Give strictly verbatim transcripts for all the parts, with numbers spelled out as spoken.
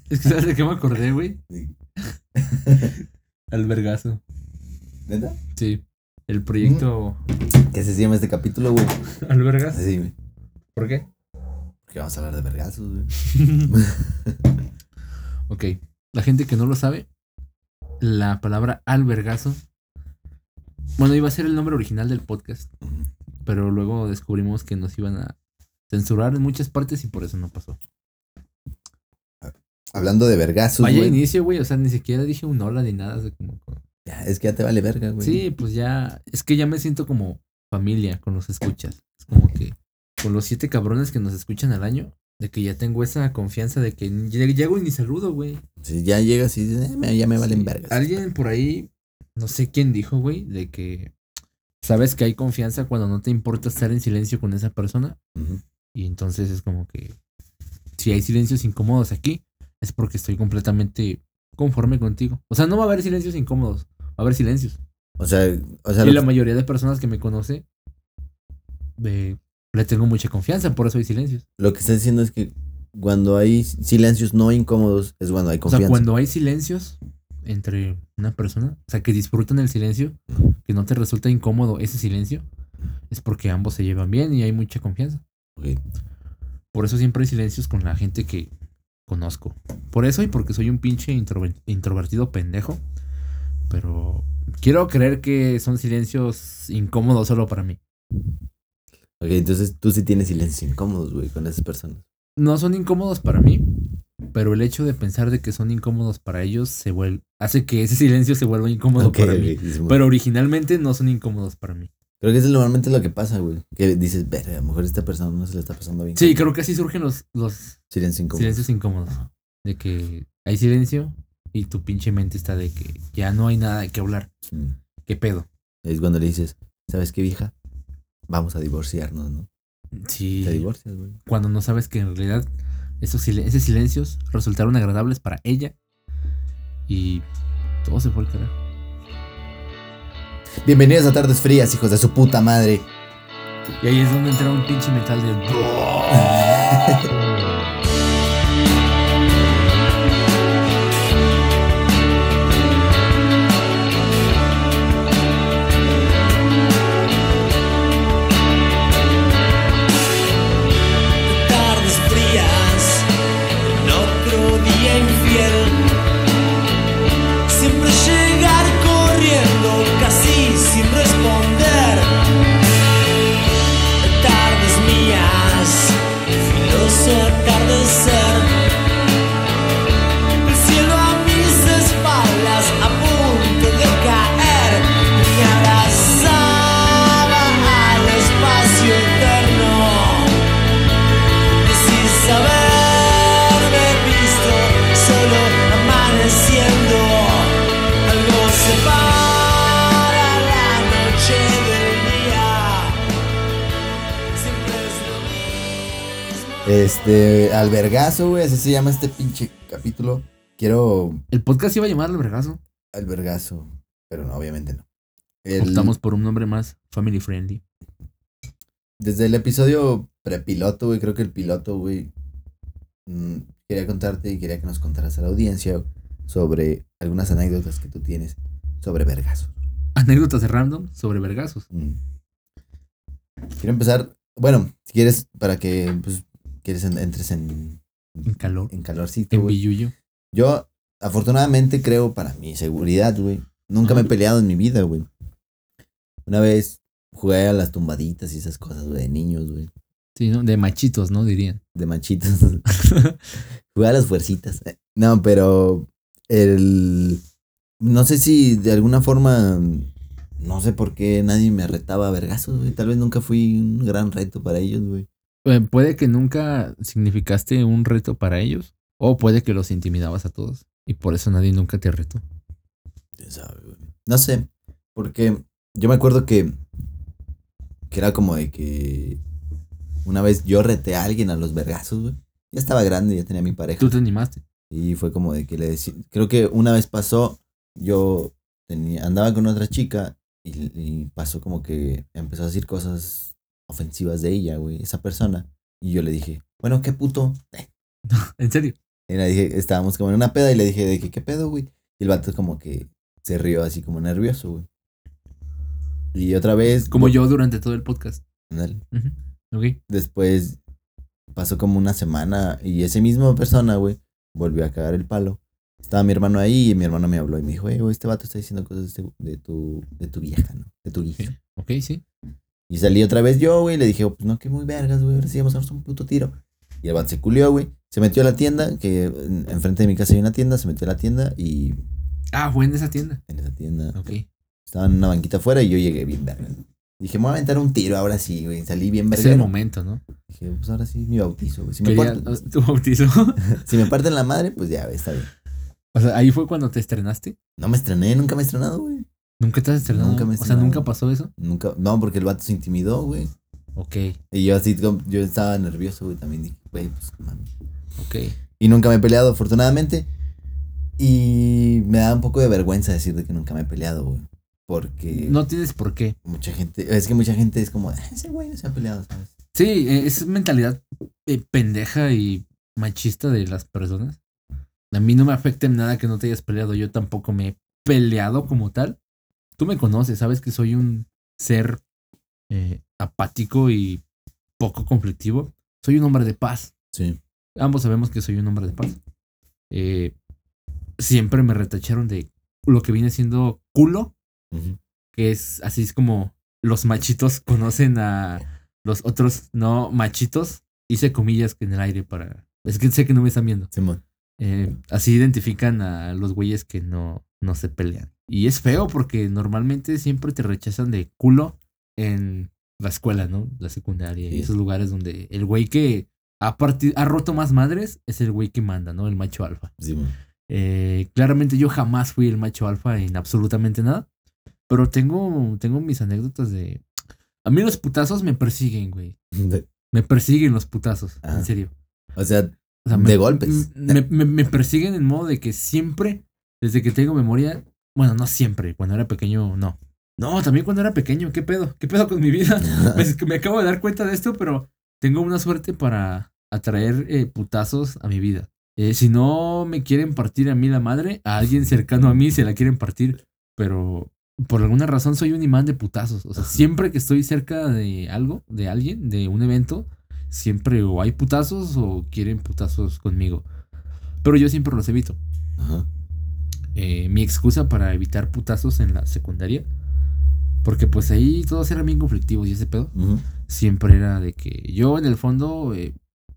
Es que ¿sabes de qué me acordé, güey? Sí. Al vergazo. ¿Neta? Sí. El Mm. proyecto ¿Qué se llama este capítulo, güey? al vergazo. Sí, güey. ¿Por qué? Porque vamos a hablar de vergazos, güey. Ok. La gente que no lo sabe, la palabra al vergazo. Bueno, iba a ser el nombre original del podcast. Pero luego descubrimos que nos iban a censurar en muchas partes y por eso no pasó. Hablando de vergazos, Vaya güey. inicio, güey. O sea, ni siquiera dije un hola ni nada. O sea, como- como- Ya, es que ya te vale verga, güey. Sí, pues ya. Es que ya me siento como familia con los escuchas. Es como que con los siete cabrones que nos escuchan al año, de que ya tengo esa confianza de que ni- llego y ni saludo, güey. Si ya llegas y dices, eh, me- ya me valen Sí. vergas. Alguien por ahí, no sé quién dijo, güey, de que sabes que hay confianza cuando no te importa estar en silencio con esa persona. Ujú. Y entonces es como que si hay silencios incómodos aquí, es porque estoy completamente conforme contigo. O sea, no va a haber silencios incómodos, va a haber silencios. O sea, o sea, Y lo la que, mayoría de personas que me conoce, eh, le tengo mucha confianza, por eso hay silencios. lo que estás diciendo es que cuando hay silencios no incómodos es cuando hay O sea, confianza. cuando hay silencios entre una persona, o sea, que disfrutan el silencio, que no te resulta incómodo ese silencio, es porque ambos se llevan bien y hay mucha confianza. Ok. Por eso siempre hay silencios con la gente que conozco. Por eso y porque soy un pinche introver- introvertido pendejo. Pero quiero creer que son silencios incómodos solo para mí. Ok, entonces tú sí tienes silencios incómodos, güey, con esas personas. No son incómodos para mí, pero el hecho de pensar de que son incómodos para ellos se vuelve, hace que ese silencio se vuelva incómodo Ok, para ok, mí. es muy- Pero originalmente no son incómodos para mí. Creo que es normalmente lo que pasa, güey. Que dices, verga, a lo mejor esta persona no se le está pasando bien. Sí, con creo que así surgen los, los silencio incómodo. silencios incómodos. De que hay silencio y tu pinche mente está de que ya no hay nada de qué hablar. Mm. ¿Qué pedo? Es cuando le dices, ¿sabes qué, vieja? Vamos a divorciarnos, ¿no? Te Sí, divorcias, güey. cuando no sabes que en realidad esos, silen- esos silencios resultaron agradables para ella y todo se fue al carajo. Bienvenidos a Tardes Frías, hijos de su puta madre. Y ahí es donde entra un pinche metal de... Tardes frías, en otro día infiel. Siempre llegar corriendo, casi sin responder. Tardes mías, filoso atardecer. El cielo a mis espaldas, a punto de caer. Me abrazaba al espacio eterno. Sin haberme visto, solo amaneciendo. Algo separa la noche del día. Siempre es lo mismo. Este, albergazo, güey, así se llama este pinche capítulo. Quiero El podcast iba a llamar al vergazo. albergazo, pero no, obviamente no. El- Optamos por un nombre más family friendly. Desde el episodio prepiloto, güey, creo que el piloto, güey, mm, quería contarte y quería que nos contaras a la audiencia sobre algunas anécdotas que tú tienes sobre vergazos. Anécdotas de random sobre vergazos. Mm. Quiero empezar, bueno, si quieres, para que, pues, quieres en- entres en, En calor. en calorcito, En güey. billullo. Yo, afortunadamente, creo para mi seguridad, güey. Nunca me he Ajá. peleado en mi vida, güey. Una vez jugué a las tumbaditas y esas cosas, güey, de niños, güey. Sí, ¿no? De machitos, ¿no? Dirían. De machitos. Jugué a las fuercitas. Eh, No, pero el... No sé si de alguna forma... No sé por qué nadie me retaba a vergazos, güey. Tal vez nunca fui un gran reto para ellos, güey. Eh, puede que nunca significaste un reto para ellos. O puede que los intimidabas a todos. Y por eso nadie nunca te retó. ¿Quién sabe, güey? No sé, porque yo me acuerdo que... Que era como de que... Una vez yo reté a alguien a los vergazos, güey. Ya estaba grande, ya tenía mi pareja. Tú te animaste. Y fue como de que le decía... Creo que una vez pasó, yo tenía, andaba con otra chica y, y pasó como que empezó a decir cosas ofensivas de ella, güey, esa persona. Y yo le dije, bueno, qué puto. En serio. Y le dije, estábamos como en una peda y le dije de que, ¿qué pedo, güey? Y el vato como que se rió así como nervioso, güey. Y otra vez... Como bo- yo durante todo el podcast. Ándale. Ujú. Ok. Después pasó como una semana y ese mismo persona, güey, volvió a cagar el palo. Estaba mi hermano ahí y mi hermano me habló y me dijo, "Eh, güey, este vato está diciendo cosas de, de tu, de tu vieja, ¿no? De tu hija." Ok, sí. Y salí otra vez yo, güey, y le dije, oh, pues no, que muy vergas, güey, ahora sí vamos a darnos un puto tiro. Y el vato se culió, güey, se metió a la tienda, que en- enfrente de mi casa hay una tienda, se metió a la tienda y Ah, fue en esa tienda. en esa tienda Ok. estaba en una banquita afuera y yo llegué bien vergas. Dije, me voy a aventar un tiro ahora sí, güey, salí bien Es el vergas. momento, ¿no? Dije, pues ahora sí, mi bautizo, güey. Si me, Quería parten, tu bautizo. si me parten la madre, pues ya, güey, está bien. O sea, ahí fue cuando te estrenaste. No me estrené, nunca me he estrenado, güey. ¿Nunca te has estrenado? Nunca me he O sea, estrenado. ¿nunca pasó eso? Nunca, no, porque el vato se intimidó, güey. Ok, Y yo así, como- yo estaba nervioso, güey, también dije, güey, pues, mami. ok. Y nunca me he peleado, afortunadamente. Y me da un poco de vergüenza decir de que nunca me he peleado, güey. Porque No tienes por qué. mucha gente, es que mucha gente es como, "Ah, ese güey no se ha peleado, ¿sabes?" Sí, eh, es mentalidad eh, pendeja y machista de las personas. A mí no me afecta en nada que no te hayas peleado. Yo tampoco me he peleado como tal. Tú me conoces, sabes que soy un ser eh, apático y poco conflictivo. Soy un hombre de paz. Sí. Ambos sabemos que soy un hombre de paz. Eh, siempre me retacharon de lo que viene siendo culo, Ujú. que es así es como los machitos conocen a los otros no machitos. Hice comillas que en el aire para... Es que sé que no me están viendo. Simón. Eh, así identifican a los güeyes que no, no se pelean. Y es feo porque normalmente siempre te rechazan de culo en la escuela, ¿no? La secundaria y Sí. esos lugares donde el güey que ha, parti- ha roto más madres es el güey que manda, ¿no? El macho alfa. Simón. Eh, claramente yo jamás fui el macho alfa en absolutamente nada. Pero tengo, tengo mis anécdotas de... A mí los putazos me persiguen, güey. Me persiguen los putazos, Ajá. en serio. O sea, O sea, de me, golpes. Me, me- me persiguen en modo de que siempre, desde que tengo memoria, bueno, no siempre, cuando era pequeño, no. No, también cuando era pequeño, ¿qué pedo? ¿Qué pedo con mi vida? Pues que me acabo de dar cuenta de esto, pero tengo una suerte para atraer eh, putazos a mi vida. Eh, si no me quieren partir a mí la madre, a alguien cercano a mí se la quieren partir, pero por alguna razón soy un imán de putazos. O sea, siempre que estoy cerca de algo, de alguien, de un evento, siempre o hay putazos o quieren putazos conmigo. Pero yo siempre los evito. Ajá. Eh, mi excusa para evitar putazos en la secundaria, porque pues ahí todos eran bien conflictivos y ese pedo, Ujú. siempre era de que yo en el fondo eh,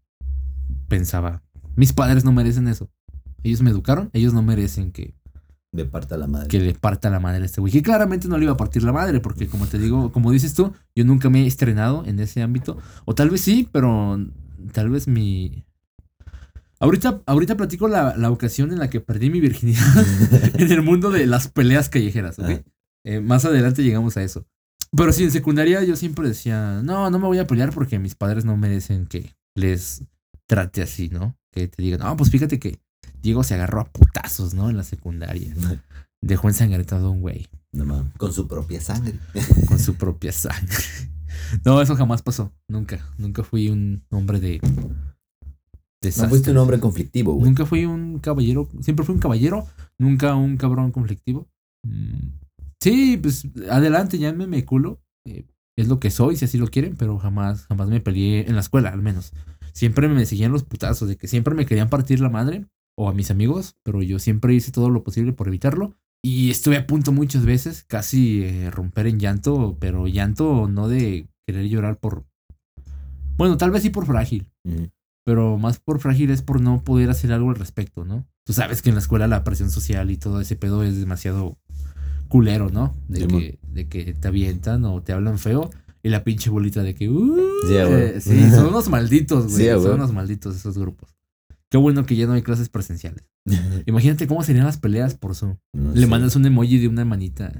pensaba, mis padres no merecen eso. Ellos me educaron, ellos no merecen que, De parte a la madre. que le parta la madre a este güey. Que claramente no le iba a partir la madre, porque como te digo, como dices tú, yo nunca me he estrenado en ese ámbito. O tal vez sí, pero tal vez mi... Ahorita, ahorita platico la, la ocasión en la que perdí mi virginidad en el mundo de las peleas callejeras, ¿ok? Ajá. Eh, más adelante llegamos a eso. Pero sí, en secundaria yo siempre decía, no, no me voy a pelear porque mis padres no merecen que les trate así, ¿no? Que te digan, no, pues fíjate que Diego se agarró a putazos, ¿no? En la secundaria. Dejó ensangrentado a un güey No mames. Con su propia sangre. con su propia sangre. No, eso jamás pasó. Nunca. Nunca fui un hombre de... No desastre. fuiste un hombre conflictivo, güey. Nunca fui un caballero. Siempre fui un caballero. Nunca un cabrón conflictivo. Mm, sí, pues adelante, llámeme culo. Eh, es lo que soy, si así lo quieren, pero jamás, jamás me peleé en la escuela, al menos. Siempre me seguían los putazos de que siempre me querían partir la madre o a mis amigos, pero yo siempre hice todo lo posible por evitarlo. Y estuve a punto muchas veces, casi eh, romper en llanto, pero llanto no de querer llorar por... Bueno, tal vez sí por frágil. Ujú. Pero más por frágil es por no poder hacer algo al respecto, ¿no? Tú sabes que en la escuela la presión social y todo ese pedo es demasiado culero, ¿no? De, Sí, que, de que te avientan o te hablan feo y la pinche bolita de que... Uh, Sí, a huevo. eh, sí, son unos malditos, güey. Sí, a son huevo. unos malditos esos grupos. Qué bueno que ya no hay clases presenciales. Imagínate cómo serían las peleas por Zoom. No Le sé. mandas un emoji de una manita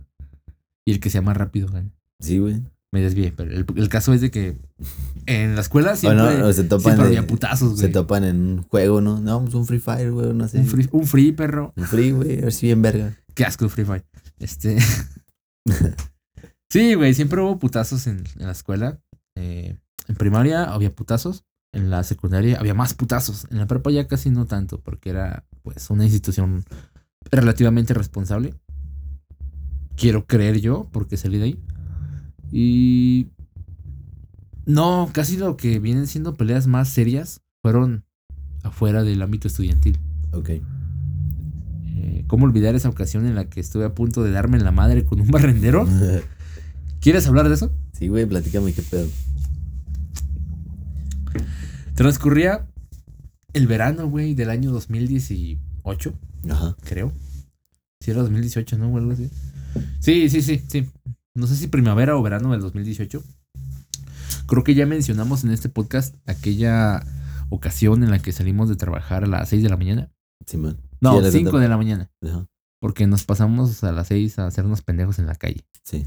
y el que sea más rápido gana. Sí, güey. Me desvié, pero el, el caso es de que en la escuela siempre, O no, o se topan, siempre había en- putazos, güey. se topan en un juego, ¿no? No, pues un Free Fire, güey, no sé. Un free, un free, perro. Un free, güey, a ver si bien verga. Qué asco, Free Fire. Este. Sí, güey, siempre hubo putazos en, en la escuela. Eh, en primaria había putazos. en la secundaria había más putazos. En la prepa ya casi no tanto, porque era pues una institución relativamente responsable. Quiero creer yo, porque salí de ahí. Y no, casi lo que vienen siendo peleas más serias fueron afuera del ámbito estudiantil. Ok. Eh, ¿Cómo olvidar esa ocasión en la que estuve a punto de darme en la madre con un barrendero? ¿Quieres hablar de eso? Sí, güey, platícame qué pedo. Transcurría el verano, güey, del año dos mil dieciocho, Ajá. creo. Sí, era dos mil dieciocho, ¿no? O algo así. Sí, sí, sí, sí. No sé si primavera o verano del dos mil dieciocho. Creo que ya mencionamos en este podcast aquella ocasión en la que salimos de trabajar a las seis de la mañana. Sí, man. No, Sí, cinco de la mañana. Ajá. Porque nos pasamos a las seis a hacernos pendejos en la calle. Sí.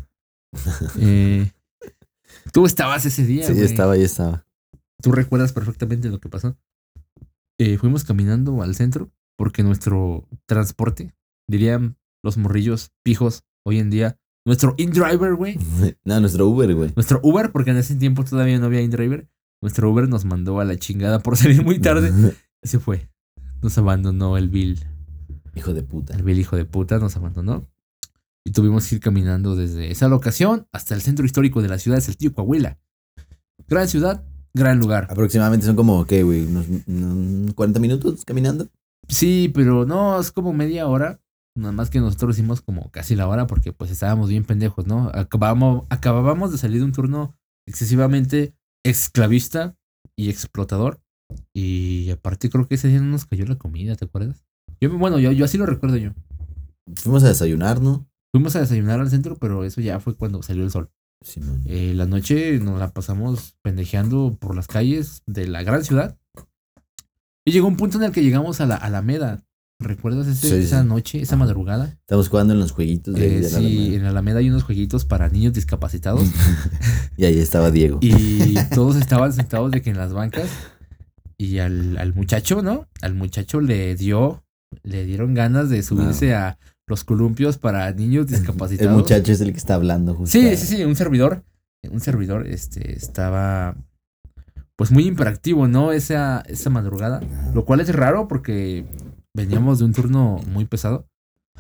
Eh, Tú estabas ese día, Sí, güey. estaba, ya estaba. Tú recuerdas perfectamente lo que pasó. Eh, fuimos caminando al centro porque nuestro transporte, dirían los morrillos pijos hoy en día, nuestro InDriver, güey. No, nuestro Uber, güey. Nuestro Uber, porque en ese tiempo todavía no había InDriver. Nuestro Uber nos mandó a la chingada por salir muy tarde y se fue. Nos abandonó el Bill. Hijo de puta. El Bill hijo de puta nos abandonó. Y tuvimos que ir caminando desde esa locación hasta el centro histórico de la ciudad de Saltillo, Coahuila. Gran ciudad, gran lugar. Aproximadamente son como, ¿qué, güey? ¿Unos, unos cuarenta minutos caminando? Sí, pero no, es como media hora. Nada más que nosotros hicimos como casi la hora porque pues estábamos bien pendejos, ¿no? Acabábamos, acabábamos de salir de un turno excesivamente esclavista y explotador. Y aparte creo que ese día no nos cayó la comida, ¿te acuerdas? Yo, bueno, yo, yo así lo recuerdo yo. Fuimos a desayunar, ¿no? Fuimos a desayunar al centro, pero eso ya fue cuando salió el sol. Sí, man. Eh, la noche nos la pasamos pendejeando por las calles de la gran ciudad. Y llegó un punto en el que llegamos a la Alameda. ¿Recuerdas ese, Sí, esa sí. noche, esa madrugada? Estamos jugando en los jueguitos de, Eh, de la sí, Alameda. en la Alameda hay unos jueguitos para niños discapacitados. Y ahí estaba Diego. Y todos estaban sentados de que en las bancas. Y al, al muchacho, ¿no? Al muchacho le dio, le dieron ganas de subirse No. a los columpios para niños discapacitados. El muchacho es el que está hablando justo. Sí, sí, sí, un servidor. Un servidor, este, estaba pues muy hiperactivo, ¿no? Esa, esa madrugada. Lo cual es raro porque veníamos de un turno muy pesado.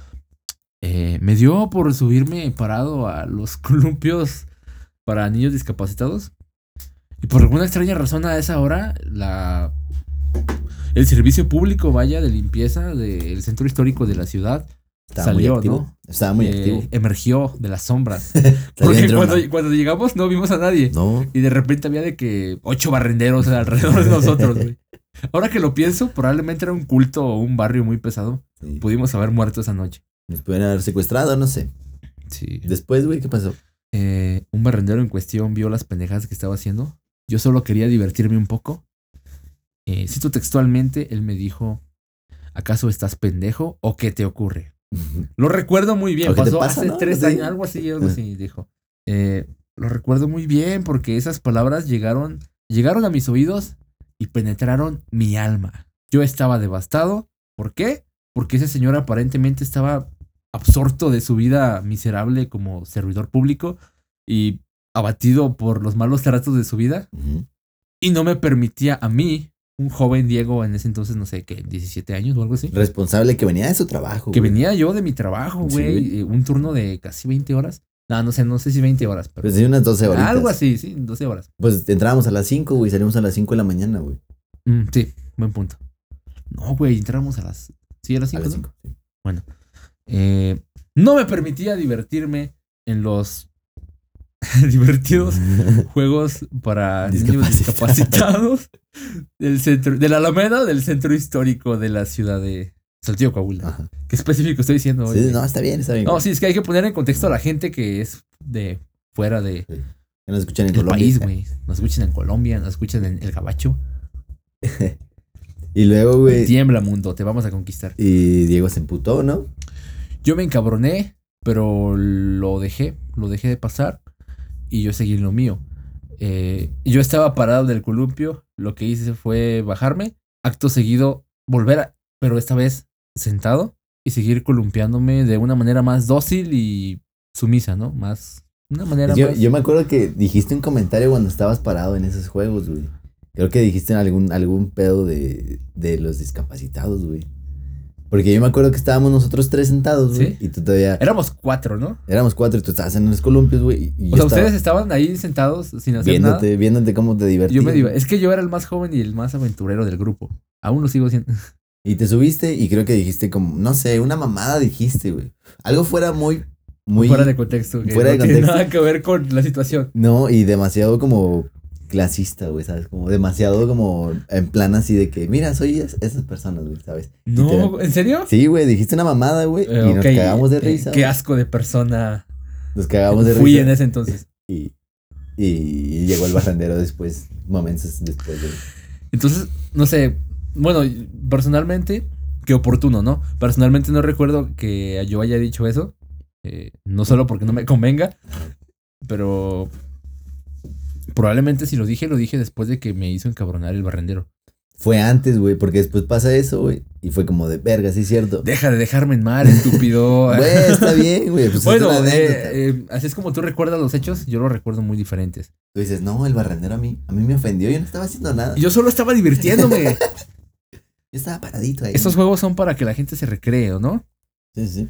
Eh, me dio por subirme parado a los columpios para niños discapacitados. Y por alguna extraña razón a esa hora, la el servicio público, vaya, de limpieza del centro histórico de la ciudad Estaba salió, muy activo. ¿no? Estaba muy Eh, activo. Emergió de las sombras. Salía Porque entre cuando, una- cuando llegamos no vimos a nadie. No. Y de repente había de que ocho barrenderos alrededor de nosotros, güey. Ahora que lo pienso, probablemente era un culto o un barrio muy pesado. Sí. Pudimos haber muerto esa noche. Nos pueden haber secuestrado, no sé. Sí. Después, güey, ¿qué pasó? Eh, un barrendero en cuestión vio las pendejadas que estaba haciendo. Yo solo quería divertirme un poco. Eh, cito textualmente, él me dijo, ¿acaso estás pendejo o qué te ocurre? Lo recuerdo muy bien, ¿O qué te pasó pasa, hace no? tres Sí. años, algo así, algo así, dijo. Eh, lo recuerdo muy bien porque esas palabras llegaron, llegaron a mis oídos y penetraron mi alma. Yo estaba devastado. ¿Por qué? Porque ese señor aparentemente estaba absorto de su vida miserable como servidor público y abatido por los malos tratos de su vida Ujú. y no me permitía a mí, un joven Diego en ese entonces, no sé qué, diecisiete años o algo así, Responsable que venía de su trabajo. que güey. venía yo de mi trabajo, Sí, güey, güey. eh, un turno de casi veinte horas. No, no sé, no sé si veinte horas, pero Pues sí, unas doce horitas. algo así, sí, doce horas. Pues entrábamos a las cinco, güey, salimos a las cinco de la mañana, güey. Mm, sí, buen punto. No, güey, entramos a las... Sí, a las A cinco, las ¿no? cinco. sí. Eh, no me permitía divertirme en los divertidos juegos para niños discapacitados del centro, de la Alameda, del centro histórico de la ciudad de Saltillo, Coahuila. Ajá. ¿Qué específico estoy diciendo hoy? Sí, no, está bien, está bien. No, güey. sí, es que hay que poner en contexto a la gente que es de fuera de, Que nos escuchan en del Colombia. país, güey. Nos escuchan en Colombia, nos escuchan en El Gabacho. Y luego, güey, Tiembla, mundo, te vamos a conquistar. y Diego se emputó, ¿no? Yo me encabroné, pero lo dejé, lo dejé de pasar y yo seguí en lo mío. Eh, yo estaba parado del columpio, lo que hice fue bajarme, acto seguido volver, a, pero esta vez sentado y seguir columpiándome de una manera más dócil y sumisa, ¿no? Más, una manera Yo, más... yo me acuerdo que dijiste un comentario cuando estabas parado en esos juegos, güey. Creo que dijiste algún, algún pedo de, de los discapacitados, güey. Porque yo me acuerdo que estábamos nosotros tres sentados, güey. ¿Sí? Y tú todavía... Éramos cuatro, ¿no? Éramos cuatro y tú estabas en los columpios, güey. Y O yo sea, estaba ustedes estaban ahí sentados sin hacer viéndote, nada. viéndote cómo te divertías. Yo me digo, es que yo era el más joven y el más aventurero del grupo. Aún lo sigo siendo. Y te subiste y creo que dijiste como, no sé, una mamada dijiste, güey. Algo fuera muy, muy... Fuera de contexto. Que fuera no de tiene contexto. nada que ver con la situación. No, y demasiado como clasista, güey, ¿sabes? Como demasiado como en plan así de que, mira, soy es- esas personas, güey, ¿sabes? Y te- No, ¿en serio? Sí, güey, dijiste una mamada, güey, Eh, y nos ok, cagamos de eh, risa. Qué güey. asco de persona Nos cagamos de fui risa. en ese entonces. Y, y llegó el barrendero después, momentos después de... Entonces, no sé. Bueno, personalmente, qué oportuno, ¿no? Personalmente no recuerdo que yo haya dicho eso. eh, no solo porque no me convenga, pero probablemente si lo dije, lo dije después de que me hizo encabronar el barrendero. Fue antes, güey, porque después pasa eso, güey, y fue como de verga, sí es cierto. Deja de dejarme en mal, estúpido. Güey, está bien, güey, pues Bueno, es una eh, anécdota. eh, así es como tú recuerdas los hechos, yo los recuerdo muy diferentes. Tú dices, no, el barrendero a mí, a mí me ofendió, yo no estaba haciendo nada. Yo solo estaba divirtiéndome. Yo estaba paradito ahí. Estos juegos son para que la gente se recree, ¿no? Sí, sí.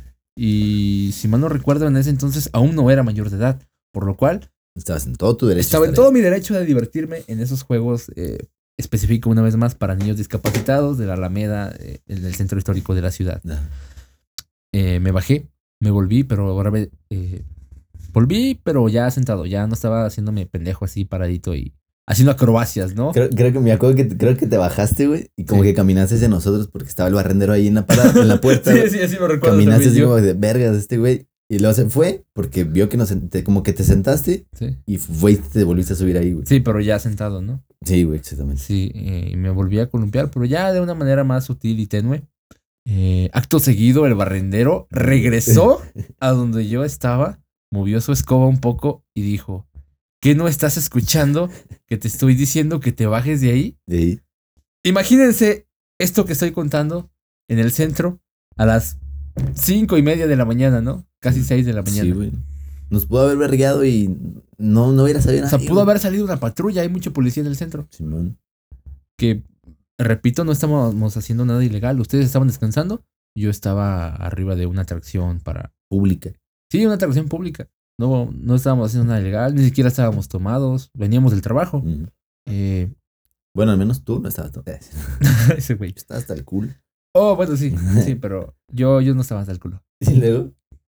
Y si mal no recuerdo, en ese entonces aún no era mayor de edad. Por lo cual, Estabas en todo tu derecho. estaba en estar todo mi derecho de divertirme en esos juegos. Eh, específico una vez más para niños discapacitados de la Alameda, eh, en el centro histórico de la ciudad. ahí. Ajá. Eh, me bajé, me volví, pero ahora me... eh, volví, pero ya sentado. Ya no estaba haciéndome pendejo así paradito y haciendo acrobacias, ¿no? Creo, creo que me acuerdo que te- creo que te bajaste, güey, y como Sí. que caminaste hacia nosotros porque estaba el barrendero ahí en la parada, en la puerta. Sí, güey. sí, así me recuerdo. Caminaste también así yo. como de vergas este güey. Y luego se fue porque vio que nos sent- te- como que te sentaste Sí. y fue y te volviste a subir ahí, güey. Sí, pero ya sentado, ¿no? Sí, güey, exactamente. Sí, eh, y me volví a columpiar, pero ya de una manera más sutil y tenue. Eh, acto seguido, el barrendero regresó a donde yo estaba, movió su escoba un poco y dijo, ¿qué no estás escuchando? Que te estoy diciendo que te bajes de ahí. De ahí. Imagínense esto que estoy contando en el centro a las cinco y media de la mañana, ¿no? Casi seis de la mañana. Sí, güey. Nos pudo haber vergueado y no, no hubiera sabido O nada. sea, pudo haber salido una patrulla, hay mucha policía en el centro. Simón. Que, repito, no estábamos haciendo nada ilegal. Ustedes estaban descansando. Yo estaba arriba de una atracción para... Pública. Sí, una atracción pública. No, no estábamos haciendo nada ilegal, ni siquiera estábamos tomados. Veníamos del trabajo. Mm. Eh, Bueno, al menos tú no estabas todo. ese güey. Estaba hasta el culo. Oh, bueno, sí. Sí, pero yo, yo no estaba hasta el culo. Y luego.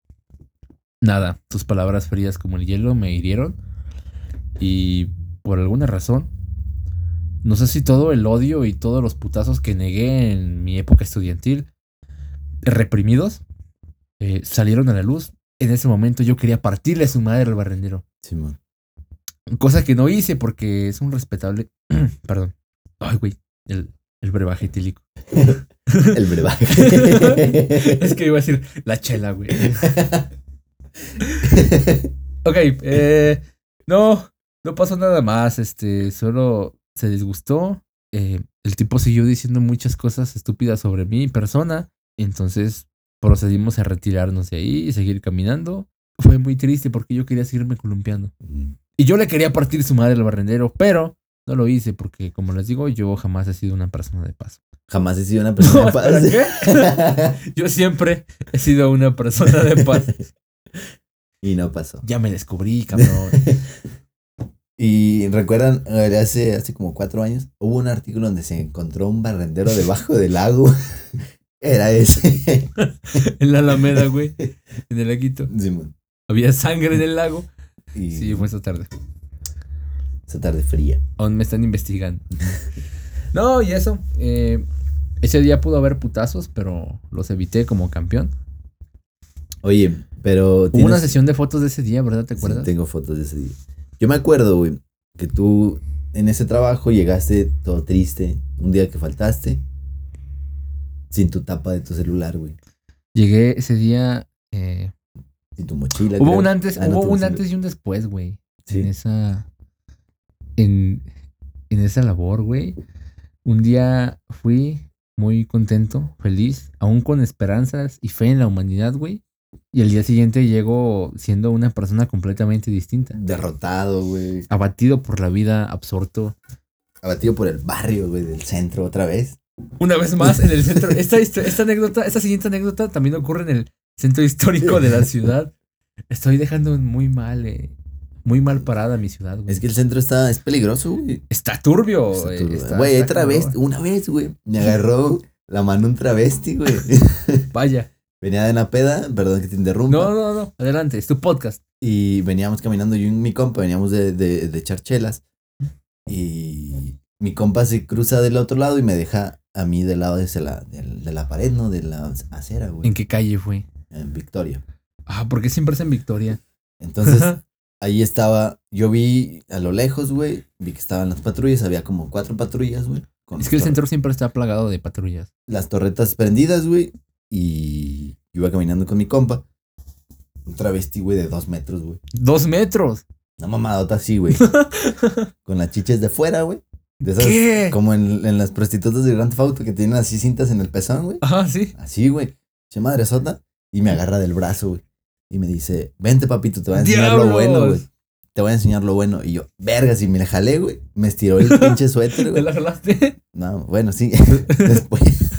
Nada, tus palabras frías como el hielo me hirieron. Y por alguna razón, no sé si todo el odio y todos los putazos que negué en mi época estudiantil, reprimidos, eh, salieron a la luz. En ese momento yo quería partirle a su madre al barrendero. Simón. Cosa que no hice porque es un respetable... Perdón. Ay, güey. El, el brebaje etílico. El brebaje. Es que iba a decir la chela, güey. Ok, eh, no, no pasó nada más, este, solo se disgustó, eh, el tipo siguió diciendo muchas cosas estúpidas sobre mi persona, entonces procedimos a retirarnos de ahí y seguir caminando. Fue muy triste porque yo quería seguirme columpiando. Y yo le quería partir su madre al barrendero, pero no lo hice porque, como les digo, yo jamás he sido una persona de paz. Jamás he sido una persona de paz. ¿Para qué? Yo siempre he sido una persona de paz. Y no pasó. Ya me descubrí, cabrón. Y recuerdan, eh, hace, hace como cuatro años, hubo un artículo donde se encontró un barrendero debajo del lago. Era ese. En la Alameda, güey. En el laguito. Simón. Había sangre en el lago. Y Sí, fue esta tarde. esa tarde fría. Aún me están investigando. No, y eso. eh, ese día pudo haber putazos, pero los evité como campeón. Oye, pero... Hubo tienes- una sesión de fotos de ese día, ¿verdad? ¿Te Sí, acuerdas? tengo fotos de ese día. Yo me acuerdo, güey, que tú en ese trabajo llegaste todo triste. Un día que faltaste. Sin tu tapa de tu celular, güey. Llegué ese día. eh, Sin tu mochila. hubo creo. un antes, Ah, no, hubo tu un mochila. antes y un después, güey. Sí. En esa. En, en esa labor, güey. Un día fui muy contento, feliz, aún con esperanzas y fe en la humanidad, güey. Y al día siguiente llego siendo una persona completamente distinta. Derrotado, güey. Abatido por la vida, absorto. abatido por el barrio, güey, del centro otra vez. Una vez más en el centro. Esta, histo- esta anécdota, esta siguiente anécdota también ocurre en el centro histórico de la ciudad. Estoy dejando muy mal, eh, muy mal parada mi ciudad, güey. Es que el centro está, es peligroso, güey. Está turbio, Está güey. turbio. Está- Güey, está otra vez, cabrón. una vez, güey, me agarró la mano un travesti, güey. Vaya. Venía de una peda, perdón que te interrumpa. No, no, no. Adelante, es tu podcast. Y veníamos caminando, yo y mi compa, veníamos de, de, de echar chelas. Y mi compa se cruza del otro lado y me deja a mí del lado de, ese la, de, de la pared, ¿no? De la acera, güey. ¿En qué calle fue? En Victoria. Ah, porque siempre es en Victoria. Entonces, ahí estaba, yo vi a lo lejos, güey, vi que estaban las patrullas, había como cuatro patrullas, güey. con Es que el tor- centro siempre está plagado de patrullas. Las torretas prendidas, güey, y yo iba caminando con mi compa. Un travesti, güey, de dos metros, güey. ¡Dos metros! Una mamadota así, güey. Con las chiches de fuera, güey. De esas, ¿Qué? como en, en las prostitutas de Grand Theft Auto que tienen así cintas en el pezón, güey. Ajá, sí. Así, güey. Che madre sota. Y me agarra del brazo, güey. Y me dice, vente, papito, te voy a enseñar lo ¡Diablos! bueno, güey. Te voy a enseñar lo bueno. Y yo, verga, si me la jalé, güey. Me estiró el pinche suéter, ¿Te güey. la jalaste? No, bueno, sí. Después.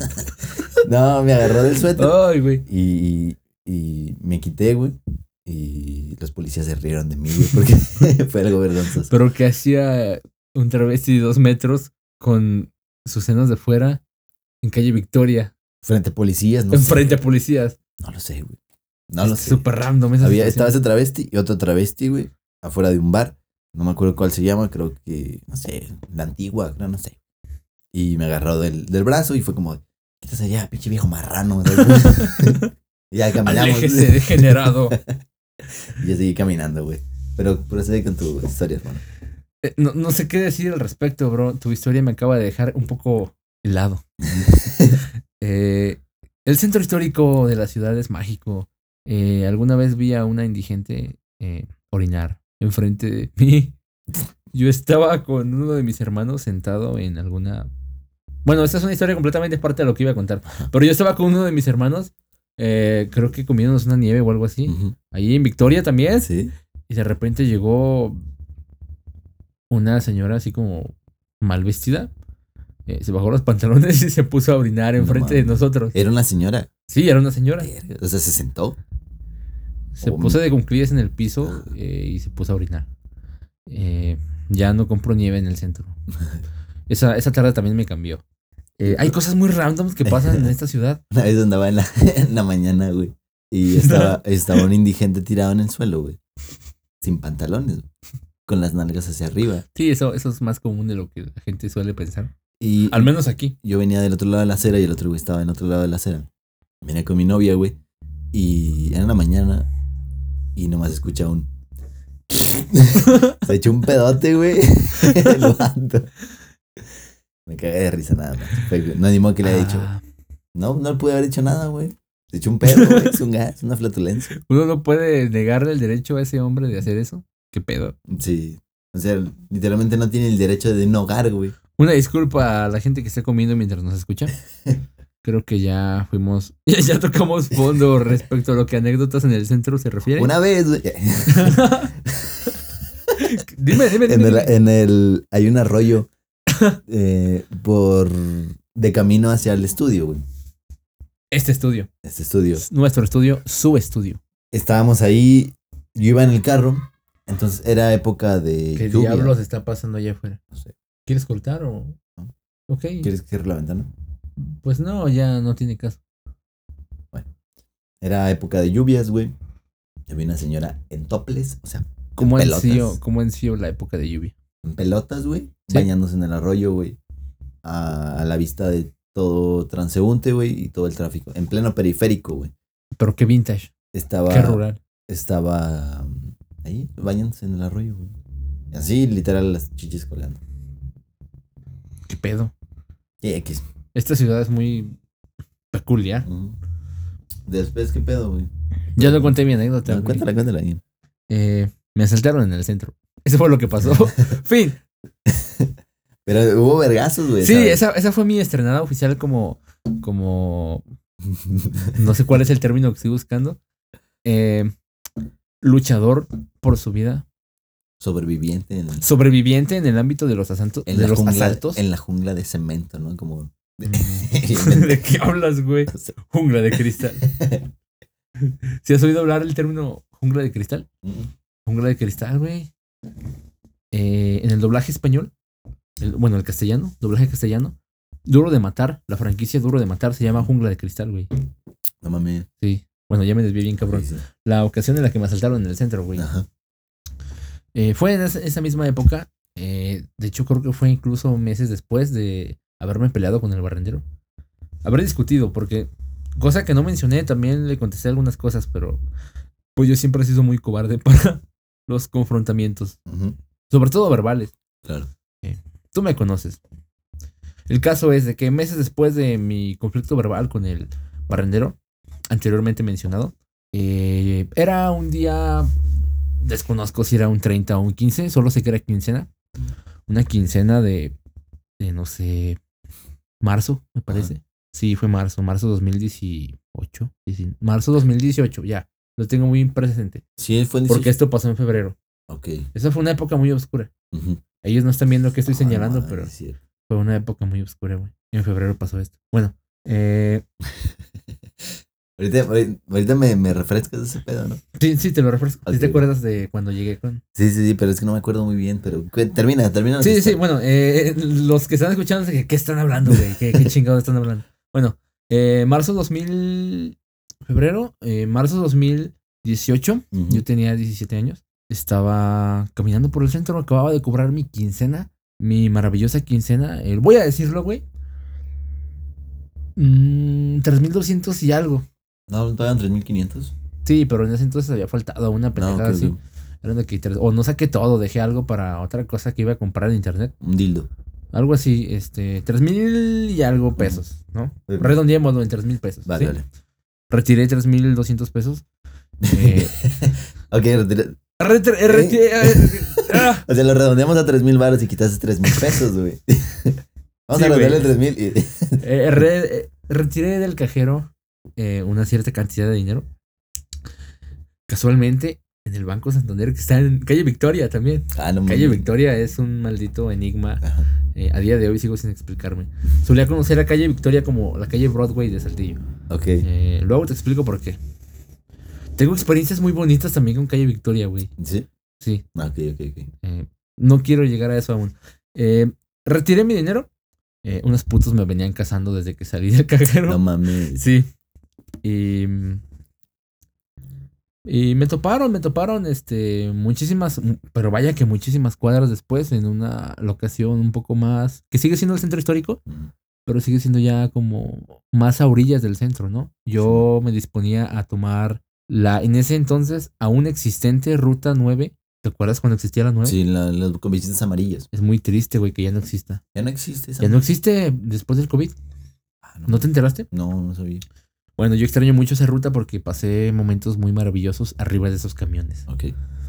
No, me agarró del suéter. Ay, güey. Y, y me quité, güey. Y los policías se rieron de mí, güey, porque fue algo vergonzoso. Pero que hacía un travesti de dos metros con sus senos de fuera en calle Victoria, Frente a policías, no enfrente sé. a policías. No lo sé, güey. No lo Es sé. súper random esa Había, situación. estaba ese travesti y otro travesti, güey, afuera de un bar. No me acuerdo cuál se llama, creo que, no sé, la antigua, creo, no sé. Y me agarró del, del brazo y fue como, quítase allá, pinche viejo marrano. Y ya caminamos. Aléjese, degenerado. Y yo seguí caminando, güey. Pero procede con tu historia, hermano. Eh, no, no sé qué decir al respecto, bro. Tu historia me acaba de dejar un poco helado. Eh, el centro histórico de la ciudad es mágico. Eh, alguna vez vi a una indigente eh, orinar enfrente de mí. Yo estaba con uno de mis hermanos sentado en alguna... Bueno, esta es una historia completamente parte de lo que iba a contar. Pero yo estaba con uno de mis hermanos, eh, creo que comiéndonos una nieve o algo así. Ujú. Ahí en Victoria también. Sí. Y de repente llegó una señora así como mal vestida. Eh, se bajó los pantalones y se puso a orinar No enfrente de mames. nosotros. Era una señora. Sí, era una señora. Verga. O sea, se sentó. Se Oh, puso de cuclillas en el piso eh, y se puso a orinar. Eh, ya no compro nieve en el centro. Esa, esa tarde también me cambió. Eh, hay cosas muy randoms que pasan en esta ciudad. Una vez andaba en la, en la mañana, güey. Y estaba, estaba un indigente tirado en el suelo, güey. Sin pantalones, güey, con las nalgas hacia arriba. Sí, eso, eso es más común de lo que la gente suele pensar. Y Al menos aquí. yo venía del otro lado de la acera y el otro güey estaba en otro lado de la acera. Venía con mi novia, güey. Y era en la mañana y nomás escucha un... Se echó un pedote, güey. El vato. Me cagué de risa nada más. Fue- No, ni modo que le haya dicho. Ah, No, no le pude haber dicho nada, güey. Se echó un pedo, güey. Es un gas, una flatulencia. uno no puede negarle el derecho a ese hombre de hacer eso. ¿Qué pedo? Sí. O sea, literalmente no tiene el derecho de no hogar, güey. Una disculpa a la gente que está comiendo mientras nos escucha. Creo que ya fuimos, ya, ya tocamos fondo respecto a lo que anécdotas en el centro se refiere. Una vez, güey. Dime, dime, dime. En el, dime. en el. Hay un arroyo eh, por. De camino hacia el estudio, güey. Este estudio. Este estudio. Nuestro estudio, su estudio. Estábamos ahí. Yo iba en el carro. Entonces era época de. ¿Qué lluvia. diablos está pasando allá afuera? No sé. ¿Quieres cortar o...? No. Ok. ¿Quieres que cierre la ventana? Pues no, ya no tiene caso. Era época de lluvias, güey. Había una señora en toples, o sea, Como en pelotas. sí, como en sí la época de lluvia. en pelotas, güey. Sí. Bañándose en el arroyo, güey. A, a la vista de todo transeúnte, güey, y todo el tráfico. En pleno periférico, güey. Pero qué vintage, Estaba. qué rural. Estaba um, ahí, bañándose en el arroyo, güey. Así, literal, las chichis colgando. ¿Qué pedo? Y X. Esta ciudad es muy peculiar. Ujú. Después, ¿qué pedo, güey? Ya no conté mi anécdota. No, güey. cuéntala, cuéntala ahí. Eh, me asaltaron en el centro. Eso fue lo que pasó. Fin. Pero hubo vergazos, güey. Sí, ¿sabes? esa, esa fue mi estrenada oficial como, como, no sé cuál es el término que estoy buscando. Eh, luchador por su vida. Sobreviviente en, Sobreviviente en el ámbito de los asaltos. en de la los jungla, asaltos. en la jungla de cemento, ¿no? Como ¿De qué hablas, güey? Jungla de cristal. ¿Sí has oído hablar el término jungla de cristal? Jungla de cristal, güey. Eh, en el doblaje español, el, bueno, el castellano, doblaje castellano, Duro de Matar, la franquicia Duro de Matar se llama Jungla de Cristal, güey. No mames. Sí. Bueno, ya me desvié bien, cabrón. Sí, sí. La ocasión en la que me asaltaron en el centro, güey. Ajá. Eh, fue en esa, esa misma época. Eh, de hecho, creo que fue incluso meses después de haberme peleado con el barrendero. Haber discutido, porque cosa que no mencioné, también le contesté algunas cosas, pero pues yo siempre he sido muy cobarde para los confrontamientos. Ujú. Sobre todo verbales. Claro. Eh, tú me conoces. El caso es de que meses después de mi conflicto verbal con el barrendero, anteriormente mencionado, eh, era un día, desconozco si era un treinta o un quince, solo sé que era quincena. Una quincena de, de no sé, marzo, me parece. Ajá. Sí, fue marzo, marzo dos mil dieciocho. Marzo dos mil dieciocho, ya. Lo tengo muy presente. Sí, fue en dieciocho. Porque esto pasó en febrero. Ok. Esa fue una época muy oscura. Uh-huh. Ellos no están viendo qué estoy señalando, madre, pero sí. Fue una época muy oscura, güey. En febrero pasó esto. Bueno, eh... ahorita, ahorita me, me refrescas de ese pedo, ¿no? Sí, sí, te lo refresco. Okay. ¿Sí te acuerdas de cuando llegué con...? Sí, sí, sí, pero es que no me acuerdo muy bien, pero termina, termina. Sí, sí, bueno, eh, los que están escuchando, ¿qué, qué están hablando, güey? ¿Qué, qué chingados están hablando? Bueno, eh, marzo dos mil... Febrero, eh, marzo dos mil dieciocho, uh-huh. Yo tenía diecisiete años. Estaba caminando por el centro, acababa de cobrar mi quincena. Mi maravillosa quincena, eh, voy a decirlo, güey. Mm, tres mil doscientos y algo. ¿No pagaban tres mil quinientos? Sí, pero en ese entonces había faltado una pendejada no, así. Que... Era de que, o no saqué todo, dejé algo para otra cosa que iba a comprar en internet. Un dildo. Algo así, este, tres mil y algo pesos, ¿no? Uh-huh. Redondeémoslo en tres mil pesos. Vale, ¿sí? vale. Retiré tres mil doscientos pesos. Eh... ok, retiré. Retiré. Retiré ah. O sea, lo redondeamos a tres mil baros y quitaste tres mil pesos, güey. Vamos sí, a redondearle tres mil. Y... eh, re, eh, retiré del cajero eh, una cierta cantidad de dinero. Casualmente, en el Banco Santander, que está en Calle Victoria también. Ah, no, Calle Victoria es un maldito enigma. Eh, a día de hoy sigo sin explicarme. Solía conocer a Calle Victoria como la calle Broadway de Saltillo. Ok. Eh, luego te explico por qué. Tengo experiencias muy bonitas también con Calle Victoria, güey. ¿Sí? Sí. Ah, ok, ok, ok. Eh, no quiero llegar a eso aún. Eh, retiré mi dinero. Eh, unos putos me venían cazando desde que salí del cajero. No mames. Sí. Y... Y me toparon, me toparon este, muchísimas, pero vaya que muchísimas cuadras después, en una locación un poco más, que sigue siendo el centro histórico, mm. pero sigue siendo ya como más a orillas del centro, ¿no? Yo sí. me disponía a tomar la, en ese entonces, aún existente Ruta nueve. ¿Te acuerdas cuando existía la nueve? Sí, la, las bicicletas amarillas. Es muy triste, güey, que ya no exista. Ya no existe esa. Ya no existe después del COVID. Ah, no. ¿No te enteraste? No, no sabía. Bueno, yo extraño mucho esa ruta porque pasé momentos muy maravillosos arriba de esos camiones. Ok.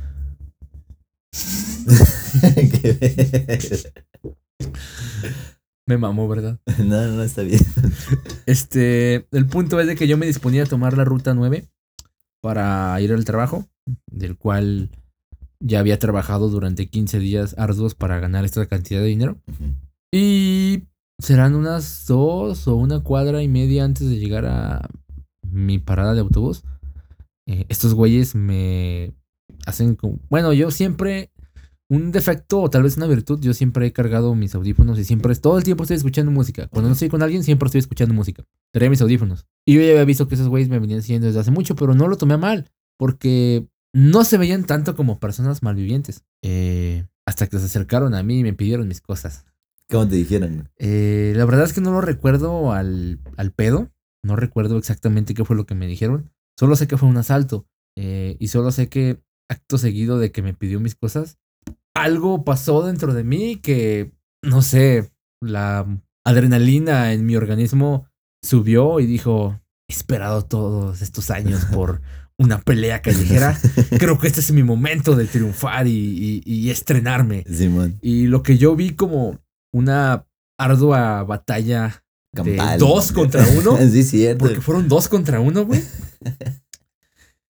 Me mamó, ¿verdad? No, no, está bien. Este, el punto es de que yo me disponía a tomar la ruta nueve para ir al trabajo, del cual ya había trabajado durante quince días arduos para ganar esta cantidad de dinero. Uh-huh. Y... serán unas dos o una cuadra y media antes de llegar a mi parada de autobús. Eh, estos güeyes me hacen como... Bueno, yo siempre... Un defecto o tal vez una virtud. Yo siempre he cargado mis audífonos y siempre... Todo el tiempo estoy escuchando música. Cuando no estoy con alguien siempre estoy escuchando música. Traía mis audífonos. Y yo ya había visto que esos güeyes me venían siguiendo desde hace mucho, pero no lo tomé a mal. Porque no se veían tanto como personas malvivientes. Eh, hasta que se acercaron a mí y me pidieron mis cosas. ¿Cómo te dijeron? Eh, la verdad es que no lo recuerdo al, al pedo. No recuerdo exactamente qué fue lo que me dijeron. Solo sé que fue un asalto. Eh, y solo sé que acto seguido de que me pidió mis cosas, algo pasó dentro de mí que, no sé, la adrenalina en mi organismo subió y dijo, he esperado todos estos años por una pelea callejera. Creo que este es mi momento de triunfar y, y, y estrenarme. Sí, man. Y lo que yo vi como... una ardua batalla Campal, de dos contra uno. Sí, cierto. Porque fueron dos contra uno, güey.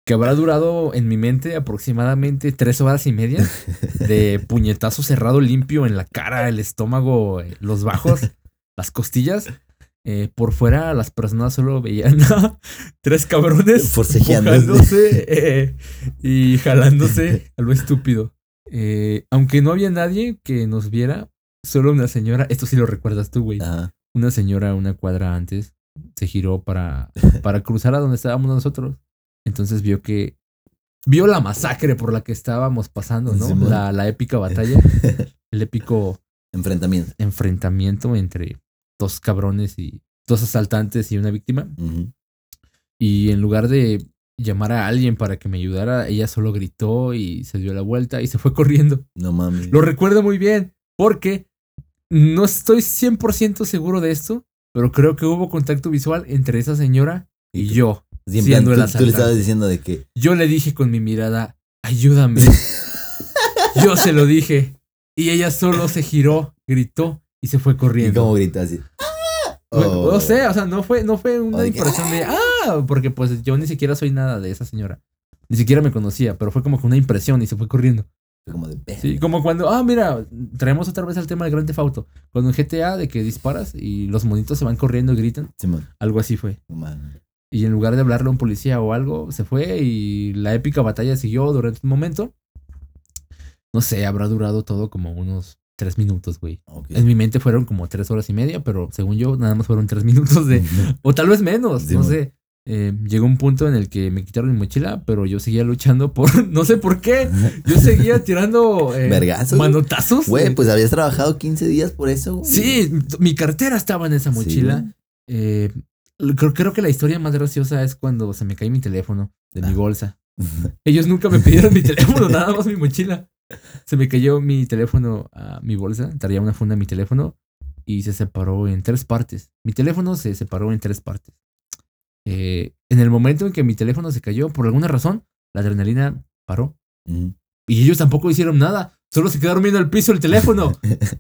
que habrá durado en mi mente aproximadamente tres horas y media de puñetazo cerrado limpio en la cara, el estómago, eh, los bajos, las costillas. Eh, por fuera las personas solo veían a tres cabrones Forcejeándose. empujándose, eh, y jalándose a lo estúpido. Eh, aunque no había nadie que nos viera, solo una señora, esto sí lo recuerdas tú, güey. Ajá. Una señora una cuadra antes se giró para, para cruzar a donde estábamos nosotros. Entonces vio que... Vio la masacre por la que estábamos pasando, ¿no? Sí, man. la, la épica batalla. El épico Enfrentamiento. enfrentamiento entre dos cabrones y dos asaltantes y una víctima. Ujú. Y en lugar de llamar a alguien para que me ayudara, ella solo gritó y se dio la vuelta y se fue corriendo. No mames. Lo recuerdo muy bien porque no estoy cien por ciento seguro de esto, pero creo que hubo contacto visual entre esa señora y, Y tú- yo. Sí, en siendo plan, el tú, tú le asaltante. estabas diciendo de que... Yo le dije con mi mirada, ayúdame. Yo se lo dije. Y ella solo se giró, gritó y se fue Y corriendo. como grita así. Bueno, Oh. no sé, o sea, no fue, no fue una O de que, impresión de, ah, porque pues yo ni siquiera soy nada de esa señora. Ni siquiera me conocía, pero fue como que una impresión y se fue corriendo. Fue como de... verga. Sí, como cuando, ah, mira, traemos otra vez al tema del Grand Theft Auto. Cuando en G T A de que disparas y los monitos se van corriendo y gritan, Simón. algo así fue. No mames. Y en lugar de hablarle a un policía o algo, se fue y la épica batalla siguió durante un momento. No sé, habrá durado todo como unos tres minutos, güey. Ok. En mi mente fueron como tres horas y media, pero según yo, nada más fueron tres minutos de... O tal vez menos, Sí, no man. sé. Eh, llegó un punto en el que me quitaron mi mochila, pero yo seguía luchando por... No sé por qué. Yo seguía tirando... Eh, ¿Vergazos? manotazos. Güey, Eh, pues habías trabajado quince días por eso, güey. Sí, mi cartera estaba en esa Sí, mochila. güey. Eh, creo, creo que la historia más graciosa es cuando se me cae mi teléfono de mi Ah. bolsa. Ellos nunca me pidieron mi teléfono, nada más mi mochila. Se me cayó mi teléfono a mi bolsa, traía una funda en mi teléfono y se separó en tres partes. Mi teléfono se separó en tres partes. Eh, en el momento en que mi teléfono se cayó, por alguna razón, la adrenalina paró. Ujú. Y ellos tampoco hicieron nada, solo se quedaron viendo al piso el teléfono.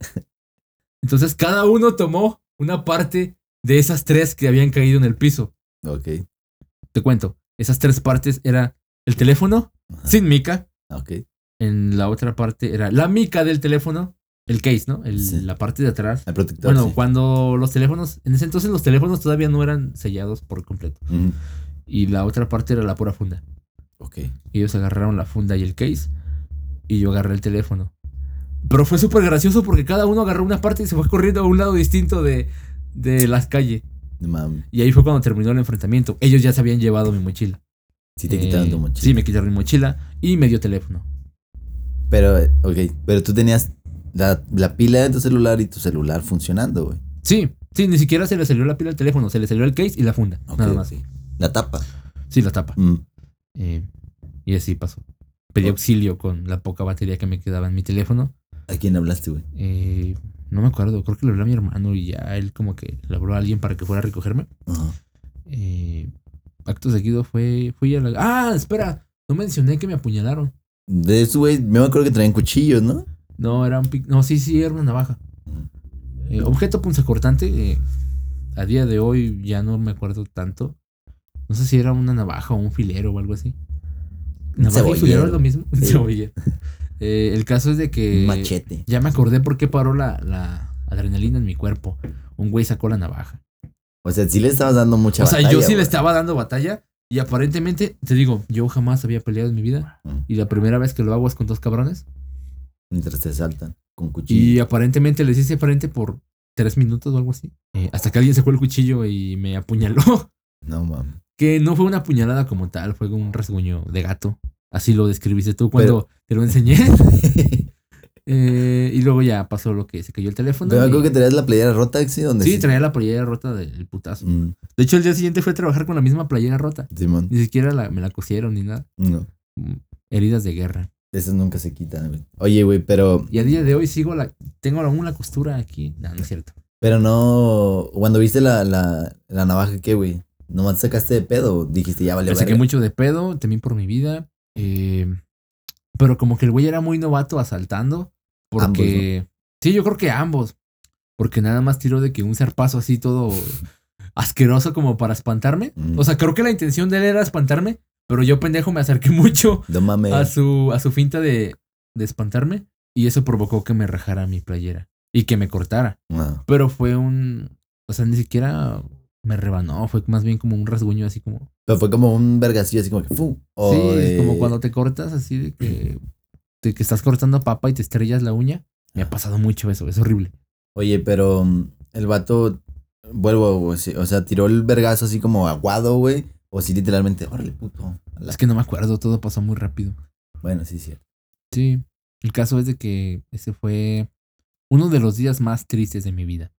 Entonces cada uno tomó una parte de esas tres que habían caído en el piso. Ok. Te cuento, esas tres partes era el teléfono Ajá. sin mica. Ok. En la otra parte era la mica del teléfono, el case, ¿no? El- Sí. La parte de atrás. El protector. Bueno, sí. cuando los teléfonos, en ese entonces los teléfonos todavía no eran sellados por completo. Ujú. Y la otra parte era la pura funda. Ok. Ellos agarraron la funda y el case y yo agarré el teléfono. Pero fue súper gracioso porque cada uno agarró una parte y se fue corriendo a un lado distinto de, de la calle. No mames. Y ahí fue cuando terminó el enfrentamiento. Ellos ya se habían llevado mi mochila. Sí te Eh, quitaron tu mochila. Sí, me quitaron mi mochila y me dio teléfono. Pero, eh, ok. Pero tú tenías la, la pila de tu celular y tu celular funcionando, güey. Sí, sí, ni siquiera se le salió la pila al teléfono. Se le salió el case y la funda. Ok, nada más. ok. La tapa. Sí, la tapa. Mm. Eh, y así pasó. Pedí Oh. auxilio con la poca batería que me quedaba en mi teléfono. ¿A quién hablaste, güey? Eh, no me acuerdo, creo que le hablé a mi hermano y ya él como que le habló a alguien para que fuera a recogerme. Ajá. Eh, acto seguido fue, fui a la... ¡Ah, espera! No mencioné que me apuñalaron. De eso, güey, me acuerdo que traían cuchillos, ¿no? No, era un... pic- No, sí, sí, era una navaja. Eh, objeto punzacortante. Eh, a día de hoy ya no me acuerdo tanto. No sé si era una navaja o un filero o algo así. ¿Navaja y cebollero. filero es lo mismo? Un Sí. cebollero. Eh, el caso es de que... Un machete. Ya me acordé por qué paró la, la adrenalina en mi cuerpo. Un güey sacó la navaja. O sea, sí le estabas dando mucha O sea, batalla, yo sí le güey. estaba dando batalla. Y aparentemente, te digo, yo jamás había peleado en mi vida. Mm. Y la primera vez que lo hago es con dos cabrones. Mientras te saltan con cuchillo. Y aparentemente les hice frente por tres minutos o algo así. Eh, hasta que alguien sacó el cuchillo y me apuñaló. No, mames. Que no fue una puñalada como tal, fue un rasguño de gato. Así lo describiste tú cuando te lo enseñé. Eh, y luego ya pasó lo que se cayó el teléfono. Pero me acuerdo y- que traías la playera rota, ¿sí? Donde Sí, traía la playera rota del putazo. Mm, De hecho, el día siguiente fue a trabajar con la misma playera rota. Simón. Ni siquiera la- me la cosieron ni nada. No. Mm, Heridas de guerra. Esas nunca se quitan, güey. Oye, güey, pero... Y a día de hoy sigo la... Tengo aún la costura aquí. No, no es cierto. Pero no... Cuando viste la, la, la navaja, ¿qué, güey? ¿Nomás te sacaste de pedo? Dijiste, ya vale, Me saqué mucho de pedo, temí por mi vida. eh, pero como que el güey era muy novato asaltando. Porque... Sí, yo creo que ambos. Porque nada más tiró de que un zarpazo así todo asqueroso como para espantarme. Mm. O sea, creo que la intención de él era espantarme. Pero yo, pendejo, me acerqué mucho No mames. a su, a su finta de, de espantarme. Y eso provocó que me rajara mi playera. Y que me cortara. No. Pero fue un... O sea, ni siquiera me rebanó. Fue más bien como un rasguño así como... Pero fue como un vergacillo así como que ¡fu! O sí, de- como cuando te cortas así de que... De que estás cortando papa y te estrellas la uña. Me ha pasado mucho eso. Es horrible. Oye, pero mm, el vato, vuelvo, güey, sí, o sea, tiró el vergazo así como aguado, güey. O sí, literalmente, órale, puto. a la- Es que no me acuerdo. Todo pasó muy rápido. Bueno, sí, sí. Sí. El caso es de que ese fue uno de los días más tristes de mi vida.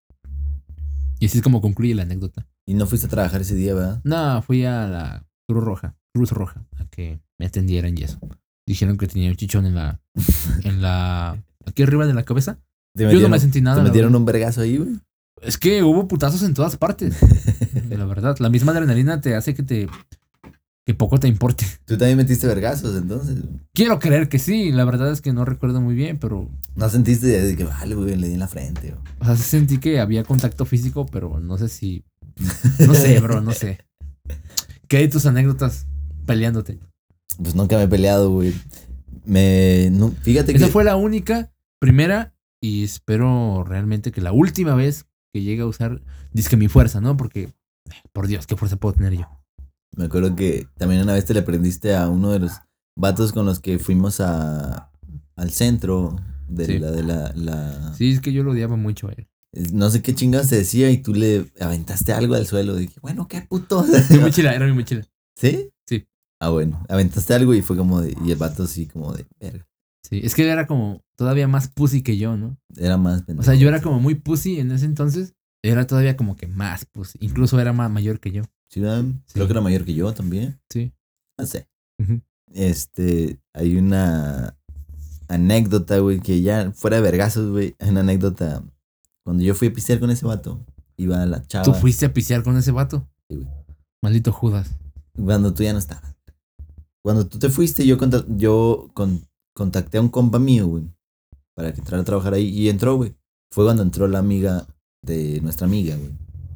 Y así es como concluye la anécdota. Y no fuiste a trabajar ese día, ¿verdad? No, fui a la Cruz Roja, Cruz Roja, a que me atendieran y eso. Dijeron que tenía un chichón en la, en la, aquí arriba de la cabeza. ¿Te Yo no metieron- me sentí nada. ¿Te la metieron verdad. un vergazo ahí, güey? Es que hubo putazos en todas partes. La verdad, la misma adrenalina te hace que te, que poco te importe. Tú también metiste vergazos, entonces. Quiero creer que sí, la verdad es que no recuerdo muy bien, pero, No sentiste de que, vale, güey, le di en la frente, güey. o sea, sí sentí que había contacto físico, pero no sé si, no sé, bro, no sé. ¿Qué hay de tus anécdotas peleándote? Pues nunca me he peleado, güey. Me. No, fíjate que. Esa fue la única, primera, y espero realmente que la última vez que llegue a usar, disque mi fuerza, ¿no? Porque, por Dios, ¿qué fuerza puedo tener yo? Me acuerdo que también una vez te le prendiste a uno de los vatos con los que fuimos a, al centro de Sí. la de la, la- Sí, es que yo lo odiaba mucho a él. no sé qué chingados te decía y tú le aventaste algo al suelo. Dije, bueno, qué puto. Mi mochila, era mi mochila. ¿Sí? Sí. Ah, bueno, aventaste algo y fue como de, y el vato así como de, verga. Sí, es que él era como todavía más pussy que yo, ¿no? Era más O pendejo. sea, yo era como muy pussy en ese entonces. Era todavía como que más pussy. Incluso era más mayor que yo. ¿Sí, verdad? Sí. Creo que era mayor que yo también. Sí. No sé. Ujú. Este, hay una anécdota, güey, que ya fuera de vergazos, güey. Hay una anécdota. Cuando yo fui a pistear con ese vato, iba la chava. ¿Tú fuiste a pisear con ese vato? Sí, güey. Maldito Judas. Cuando tú ya no estabas. Cuando tú te fuiste, yo, conta- yo con- contacté a un compa mío, güey, para que entrara a trabajar ahí. Y entró, güey. Fue cuando entró la amiga de nuestra amiga, güey,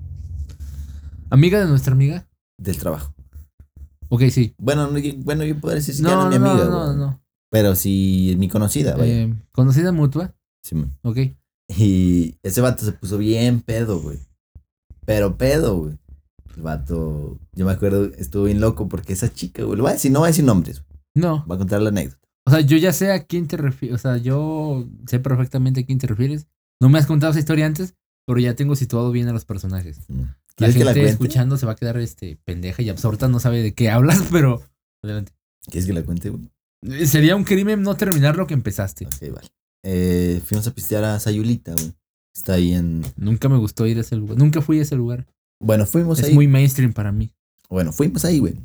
¿Amiga de nuestra amiga? del trabajo. Ok, sí. Bueno, no, yo- bueno, yo podría decir si ya No, no no, es mi amiga, no, no, güey. no. Pero sí, mi conocida, vaya. Eh, ¿Conocida mutua? Sí, man. Ok. Y ese vato se puso bien pedo, güey. Pero pedo, güey. El vato, yo me acuerdo, estuvo bien loco porque esa chica, güey, lo voy a decir, no voy a decir nombres, No. voy a contar la anécdota. O sea, yo ya sé a quién te refieres. O sea, yo sé perfectamente a quién te refieres. No me has contado esa historia antes, pero ya tengo situado bien a los personajes. La ¿Quieres que gente la cuente? escuchando se va a quedar este pendeja y absorta, no sabe de qué hablas, pero adelante. ¿Quieres que la cuente, güey? Eh, Sería un crimen no terminar lo que empezaste. Ok, vale. Eh, fuimos a pistear a Sayulita, güey. Está ahí en... Nunca me gustó ir a ese lugar. Nunca fui a ese lugar. Bueno, fuimos Es ahí. muy mainstream para mí. Bueno, fuimos ahí, güey.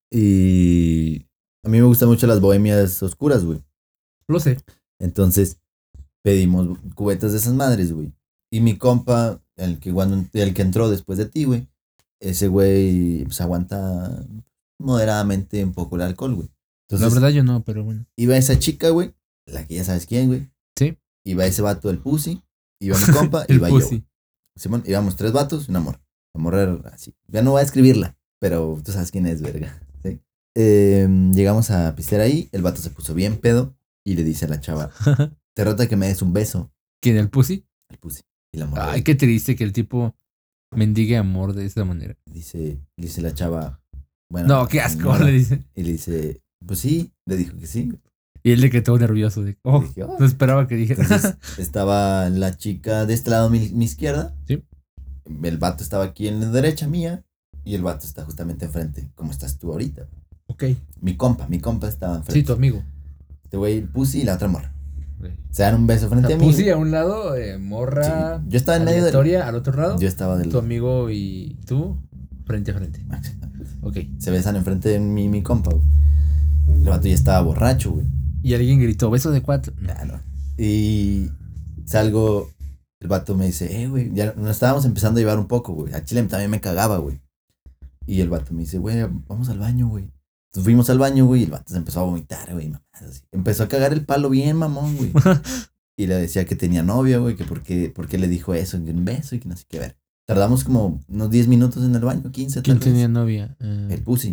Y a mí me gustan mucho las bohemias oscuras, güey. Lo sé. Entonces pedimos cubetas de esas madres, güey. Y mi compa, el que, cuando, el que entró después de ti, güey, ese güey pues, aguanta moderadamente un poco el alcohol, güey. Entonces, La verdad yo no, pero bueno. iba esa chica, güey, la que ya sabes quién, güey. Sí. Iba ese vato del pussy, iba mi compa, El iba yo. pussy. güey. Simón, íbamos tres vatos y un amor. La morra era así. Ya no voy a escribirla, pero tú sabes quién es, verga. ¿Sí? Eh, llegamos a pistear ahí, el vato se puso bien pedo y le dice a la chava, te rota que me des un beso. ¿Quién, el pussy? El pussy. Y la morra Ay, qué triste que el tipo mendigue amor de esa manera. dice, dice la chava, bueno. No, qué asco, señora. le dice. Y le dice, pues sí, le dijo que sí. Y él le quedó nervioso de, oh, Y dije, "Oh". no esperaba que dijera. Entonces estaba la chica de este lado, mi, mi izquierda. Sí. El vato estaba aquí en la derecha mía. Y el vato está justamente enfrente, como estás tú ahorita. Ok. Mi compa, mi compa estaba enfrente. Sí, tu amigo. Este güey, el pussy y la otra morra. Ok. Se dan un beso frente O sea, a mí. pussy a un lado, eh, morra Sí. Yo estaba en medio del... aleatoria al otro lado. Yo estaba del... Tu amigo y tú, frente a frente. Exactamente. Ok. Se besan enfrente de mi, mi compa, güey. El vato ya estaba borracho, güey. Y alguien gritó, beso de cuatro. Nah, no. Y salgo, el vato me dice, eh, güey, ya nos estábamos empezando a llevar un poco, güey. A Chile también me cagaba, güey. Y el vato me dice, güey, vamos al baño, güey. Entonces fuimos al baño, güey, y el vato se empezó a vomitar, güey, mamá, así. Empezó a cagar el palo bien, mamón, güey. Y le decía que tenía novia, güey, que por qué, por qué le dijo eso, que un beso y que no sé qué ver. Tardamos como unos diez minutos en el baño, quince tal ¿Quién vez. tenía novia? Eh, El pussy.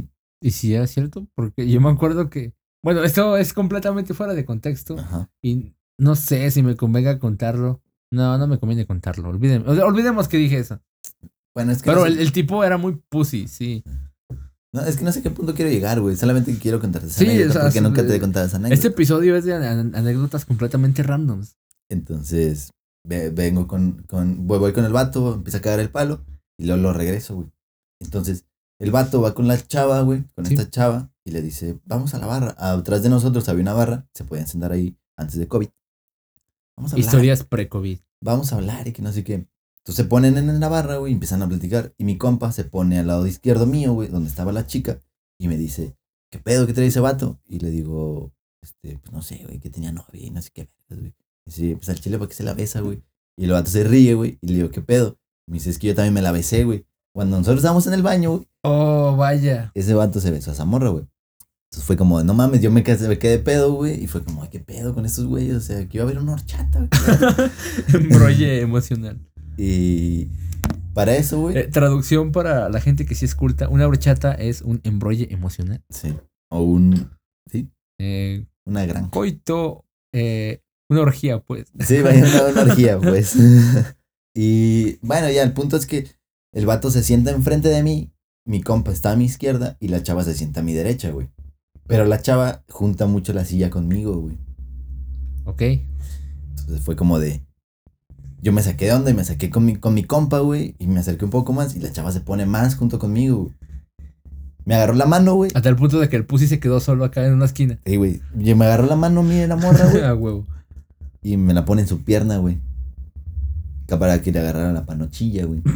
Y sí, es cierto, porque yo me acuerdo que... Bueno, esto es completamente fuera de contexto. Ajá. Y no sé si me convenga contarlo. No, no me conviene contarlo. Olvidemos, o sea, olvidemos que dije eso. Bueno, es que Pero no sé, el, el tipo era muy pussy, sí. no, es que no sé qué punto quiero llegar, güey. Solamente quiero contarte esa Sí, anécdota o sea, porque sí, nunca te de- he contado esa anécdota. Este episodio es de an- anécdotas completamente randoms. Entonces, ve- vengo con, con voy, voy con el vato, empieza a cagar el palo y luego lo regreso, güey. Entonces, el vato va con la chava, güey, con Sí. esta chava y le dice, vamos a la barra. Atrás de nosotros había una barra, se podían sentar ahí antes de COVID. Vamos a hablar, Historias pre-COVID. vamos a hablar y que no sé qué. Entonces se ponen en la barra, güey, y empiezan a platicar. Y mi compa se pone al lado izquierdo mío, güey, donde estaba la chica, y me dice, ¿qué pedo que trae ese vato? Y le digo, este, pues no sé, güey, que tenía novia y no sé qué, güey. Y dice, pues al chile, ¿para qué se la besa, güey? Y el vato se ríe, güey, y le digo, ¿qué pedo? Y me dice, es que yo también me la besé, güey. Cuando nosotros estábamos en el baño, güey, Oh, vaya. ese vato se besó a esa morra, güey. Entonces fue como, no mames, yo me quedé, me quedé pedo, güey, y fue como, ay, ¿qué pedo con estos güeyes? O sea, que iba a haber una horchata, güey. Embrolle emocional. Y para eso, güey. Eh, traducción para la gente que sí es culta. Una horchata es un embrolle emocional. Sí. O un, sí, Eh, una gran. coito. Eh, una orgía, pues. Sí, vaya una, una orgía, pues. Y bueno, ya el punto es que el vato se sienta enfrente de mí, mi compa está a mi izquierda y la chava se sienta a mi derecha, güey. Pero la chava junta mucho la silla conmigo, güey. Ok. Entonces fue como de... Yo me saqué de onda y me saqué con mi, con mi compa, güey, y me acerqué un poco más y la chava se pone más junto conmigo, güey. Me agarró la mano, güey. Hasta el punto de que el pussy se quedó solo acá en una esquina. Sí, güey. Y me agarró la mano mía la morra, güey. A huevo. Y me la pone en su pierna, güey. Acá para que le agarrara la panochilla, güey.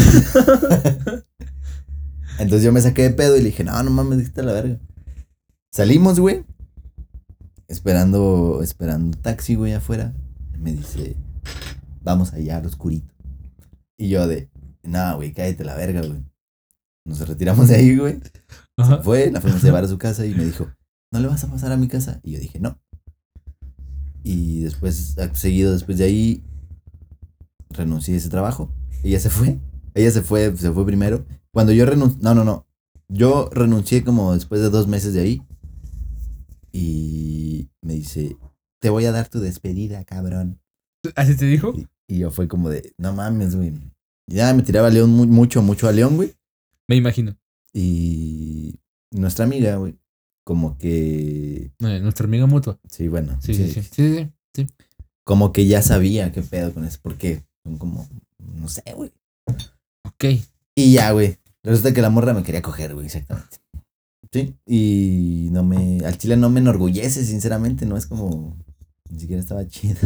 Entonces yo me saqué de pedo y le dije, no, no mames, dijiste la verga. Salimos, güey. Esperando, esperando taxi, güey, afuera. Me dice, vamos allá al oscurito. Y yo de, no, güey, cállate la verga, güey. Nos retiramos de ahí, güey. Ajá. Fue, la fuimos a llevar a su casa y me dijo, ¿no le vas a pasar a mi casa? Y yo dije, no. Y después, acto seguido, después de ahí, renuncié a ese trabajo. Ella se fue. Ella se fue, se fue primero. Cuando yo renuncié, no, no, no. Yo renuncié como después de dos meses de ahí. Y me dice, te voy a dar tu despedida, cabrón. ¿Así te dijo? Y, y yo fue como de, no mames, güey. Ya me tiraba a León mu- mucho, mucho a León, güey. Me imagino. Y nuestra amiga, güey, como que, Eh, nuestra amiga mutua. sí, bueno. Sí, sí, sí. Sí, sí, sí. Como que ya sabía qué pedo con eso. Porque son como, no sé, güey. Ok. Y ya, güey. Resulta que la morra me quería coger, güey, exactamente. Sí. Y no me, al chile no me enorgullece, sinceramente. No es como, ni siquiera estaba chido.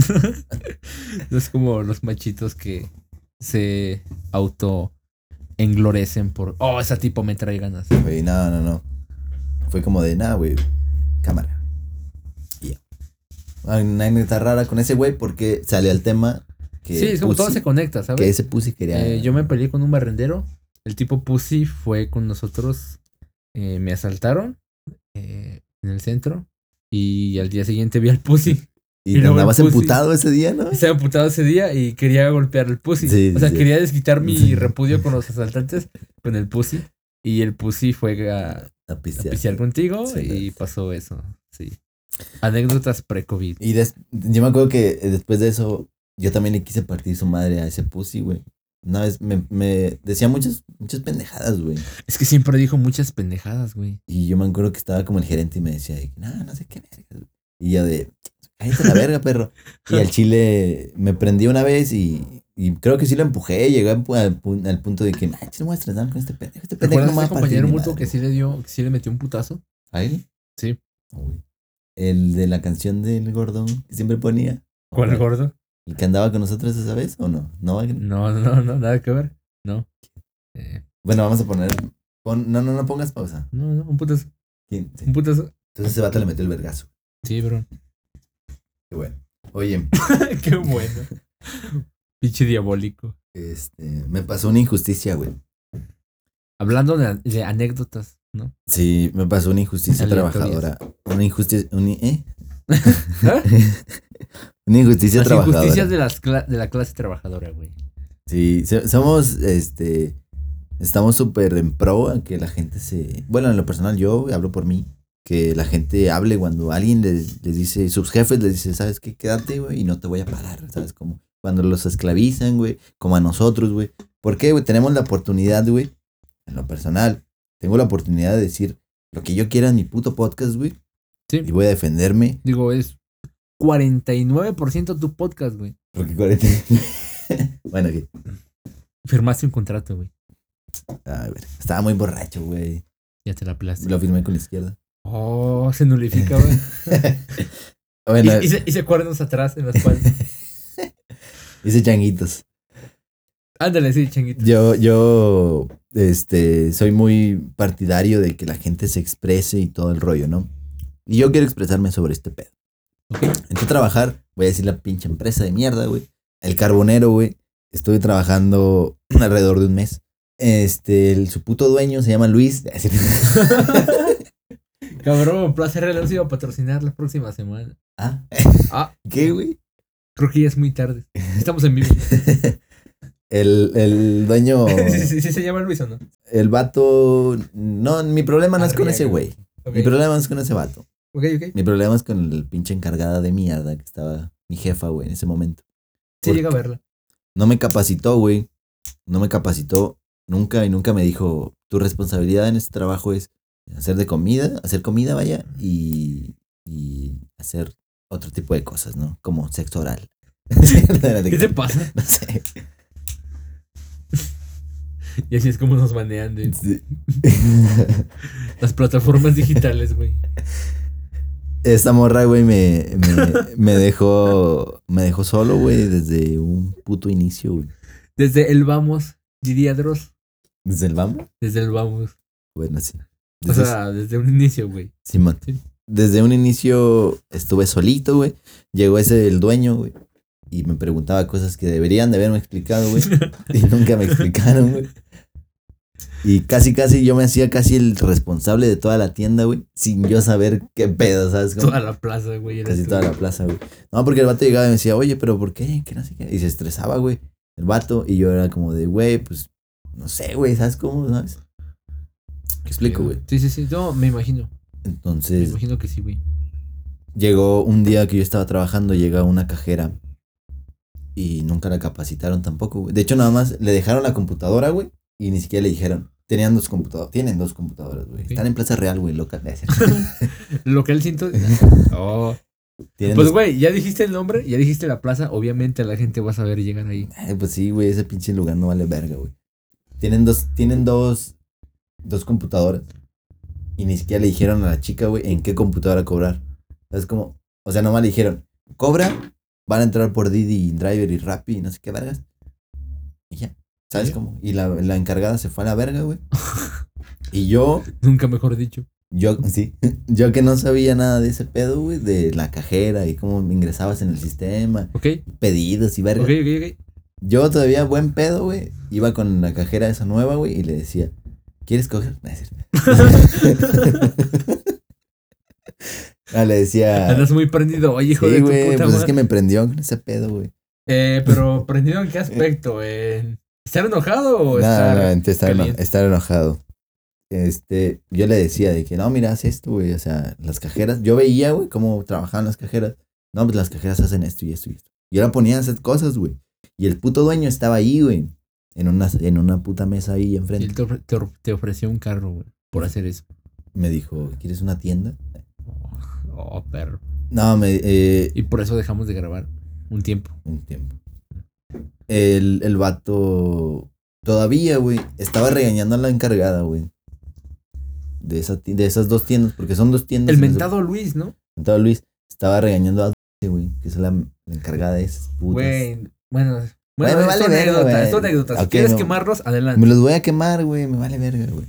No es como los machitos que se auto englorecen por, oh, esa tipo me trae ganas. Güey, no, no, no. Fue como de, nada, güey, cámara. Y ya. Hay una anécdota rara con ese güey porque sale al tema que Sí, es como Pussy- todo se conecta, ¿sabes? que ese pussy quería. Eh, yo me peleé con un barrendero. El tipo Pussy fue con nosotros. eh, me asaltaron eh, en el centro. Y al día siguiente vi al Pussy. y y te luego el andabas Pussy- emputado ese día, ¿no? Estaba amputado ese día y quería golpear al Pussy. Sí, o sea, sí. quería desquitar mi Sí. repudio con los asaltantes con el Pussy. Y el Pussy fue a, A a pistear. pistear contigo Sí, y claro. pasó eso. Sí. Anécdotas pre-COVID. Y des- yo me acuerdo que eh, después de eso, yo también le quise partir su madre a ese pussy, güey. Una vez me, me decía muchas, muchas pendejadas, güey. Es que siempre dijo muchas pendejadas, güey. Y yo me acuerdo que estaba como el gerente y me decía, no, no sé qué verga. Y yo de, cállate la verga, perro. Y al chile me prendí una vez y, y creo que sí lo empujé. Llegué al, pu- al pu- al punto de que, ay, sí, no voy a estresar con este pendejo. Este pendejo ¿Recuerdas no me va ese a partir compañero mi mutuo madre". que sí le dio, que sí le metió un putazo? ¿A él? Sí. No, güey. El de la canción del gordón que siempre ponía. ¿Cuál gordo? ¿El que andaba con nosotros esa vez o no? No, No, no, no, nada que ver. No. Eh, bueno, vamos a poner. Pon, no, no, no pongas pausa. no, no, un putazo. ¿Quién? Sí. Un putazo. Entonces ese vato le metió el vergazo. Sí, bro. Qué bueno. Oye, Qué bueno. Pinche diabólico. este, me pasó una injusticia, güey. Hablando de, de anécdotas, ¿no? Sí, me pasó una injusticia Aleatorias. trabajadora. Una injusticia. Una, ¿eh? ¿Eh? Una injusticia Las trabajadora. injusticias de, las cla- de la clase trabajadora, güey. Sí, so- somos, este. estamos súper en pro a que la gente se... Bueno, en lo personal yo hablo por mí. Que la gente hable cuando alguien les, les dice, sus jefes les dice, ¿sabes qué? Quédate, güey, y no te voy a pagar, ¿sabes? Como cuando los esclavizan, güey, como a nosotros, güey. ¿Por qué, güey? Tenemos la oportunidad, güey, en lo personal, tengo la oportunidad de decir lo que yo quiera en mi puto podcast, güey. Sí. Y voy a defenderme. Digo, es cuarenta y nueve por ciento tu podcast, güey. Porque cuarenta... Bueno, ¿qué? Firmaste un contrato, güey. A ver, estaba muy borracho, güey. Ya te la plaste. Lo firmé con la izquierda. Oh, se nulifica, güey. Bueno, Hice, hice cuernos atrás en la espalda. hice changuitos. Ándale, sí, changuito. Yo, yo, este, soy muy partidario de que la gente se exprese y todo el rollo, ¿no? Y yo quiero expresarme sobre este pedo. Ok. Entré a trabajar, voy a decir la pinche empresa de mierda, güey. El Carbonero, güey. Estuve trabajando alrededor de un mes. Este, el, su puto dueño se llama Luis. Cabrón, Plaza Real nos iba a patrocinar la próxima semana. Ah, Ah, ¿qué, güey? creo que ya es muy tarde. Estamos en vivo. El, el dueño, sí, sí, sí, se llama Luis o no. el vato, no, mi problema no es con Arriaga. ese güey. Ok, Mi problema no es con ese vato. ok, ok. Mi problema es con el pinche encargada de mierda que estaba mi jefa, güey, en ese momento. Sí, ¿Por llega a qué? verla. No me capacitó, güey. No me capacitó nunca y nunca me dijo, tu responsabilidad en este trabajo es hacer de comida, hacer comida, vaya, y, y hacer otro tipo de cosas, ¿no? Como sexo oral. ¿Qué te pasa? No sé. Y así es como nos banean de Sí. las plataformas digitales, güey. Esta morra, güey, me, me, me dejó me dejó solo, güey, desde un puto inicio, güey. Desde el vamos, diría Dross. ¿Desde el vamos? Desde el vamos. Bueno, sí. O Desde, sea, desde un inicio, güey. Simón. Sí. Desde un inicio estuve solito, güey. Llegó ese el dueño, güey. Y me preguntaba cosas que deberían de haberme explicado, güey. Y nunca me explicaron, güey. Y casi, casi yo me hacía casi el responsable de toda la tienda, güey. Sin yo saber qué pedo, ¿sabes? Como Toda la plaza, güey. eres casi tú. toda la plaza, güey. No, porque el vato llegaba y me decía, oye, pero ¿por qué? Que no sé qué. Y se estresaba, güey. El vato. Y yo era como de, güey, pues, no sé, güey, ¿sabes cómo? ¿Sabes? ¿Qué explico, güey? Sí, sí, sí. No, me imagino. Me Entonces, imagino que sí, güey. llegó un día que yo estaba trabajando, llega una cajera. Y nunca la capacitaron tampoco, güey. De hecho, nada más le dejaron la computadora, güey. Y ni siquiera le dijeron. Tenían dos computadoras. Tienen dos computadoras, güey. Sí. Están en Plaza Real, güey, loca. Local ciento. Oh. Tienen Pues, dos- güey, ya dijiste el nombre, ya dijiste la plaza. Obviamente la gente va a saber llegar ahí. Ay, pues sí, güey, ese pinche lugar no vale verga, güey. Tienen dos, tienen dos, dos computadoras. Y ni siquiera le dijeron a la chica, güey, en qué computadora cobrar. Es como, o sea, nomás le dijeron, cobra, van a entrar por Didi, Driver y Rappi y no sé qué vergas. Y ya, ¿sabes ¿Sí? cómo? Y la, la encargada se fue a la verga, güey. Y yo, Nunca mejor dicho. yo, sí, yo que no sabía nada de ese pedo, güey, de la cajera y cómo ingresabas en el sistema, ¿Ok? pedidos y vergas. Ok, ok, ok. Yo todavía buen pedo, güey. Iba con la cajera esa nueva, güey, y le decía, ¿quieres coger? No, es cierto. No, le decía. Andas muy prendido, oye, hijo Sí, de tu güey, puta pues es madre. que me prendió con ese pedo, güey. Eh, pero prendido en qué aspecto, ¿En ¿estar enojado o No, estar no, entonces estar, eno- caliente? estar enojado. Este, yo le decía de que, no, mira, haz esto, güey. O sea, las cajeras, yo veía, güey, cómo trabajaban las cajeras. No, pues las cajeras hacen esto y esto y esto. Y ahora ponían a hacer cosas, güey. Y el puto dueño estaba ahí, güey. En una, en una puta mesa ahí Y enfrente. él te, ofre- te or- te ofreció un carro, güey, por hacer eso. Me dijo, ¿quieres una tienda? Oh, perro. No, me, eh, Y por eso dejamos de grabar un tiempo. un tiempo. El, el vato todavía, güey, estaba regañando a la encargada, güey. De, esa, ti- de esas dos tiendas, porque son dos tiendas. El en ese- mentado Luis, ¿no? mentado Luis estaba regañando a Dulce, güey, que es la, la encargada de esas putas. Güey, bueno, Güey, bueno, me es vale tu verga, anécdota, güey. es tu anécdota. Si Ok, quieres no. quemarlos, adelante. Me los voy a quemar, güey, me vale verga, güey.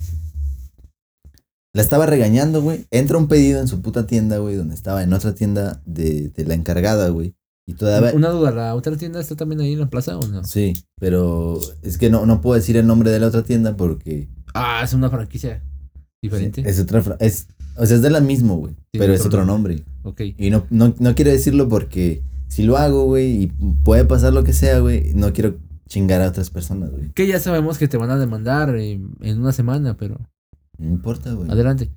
La estaba regañando, güey. Entra un pedido en su puta tienda, güey, donde estaba en otra tienda de, de la encargada, güey. Y todavía... Una duda, ¿la otra tienda está también ahí en la plaza o no? Sí, pero es que no, no puedo decir el nombre de la otra tienda porque... Ah, es una franquicia diferente. Es otra... fra- Es, o sea, es de la misma, güey. Sí, Pero otro es otro nombre. nombre. Ok. Y no, no, no quiero decirlo porque si lo hago, güey, y puede pasar lo que sea, güey, no quiero chingar a otras personas, güey. Que ya sabemos que te van a demandar en, en una semana, pero No importa, güey. adelante.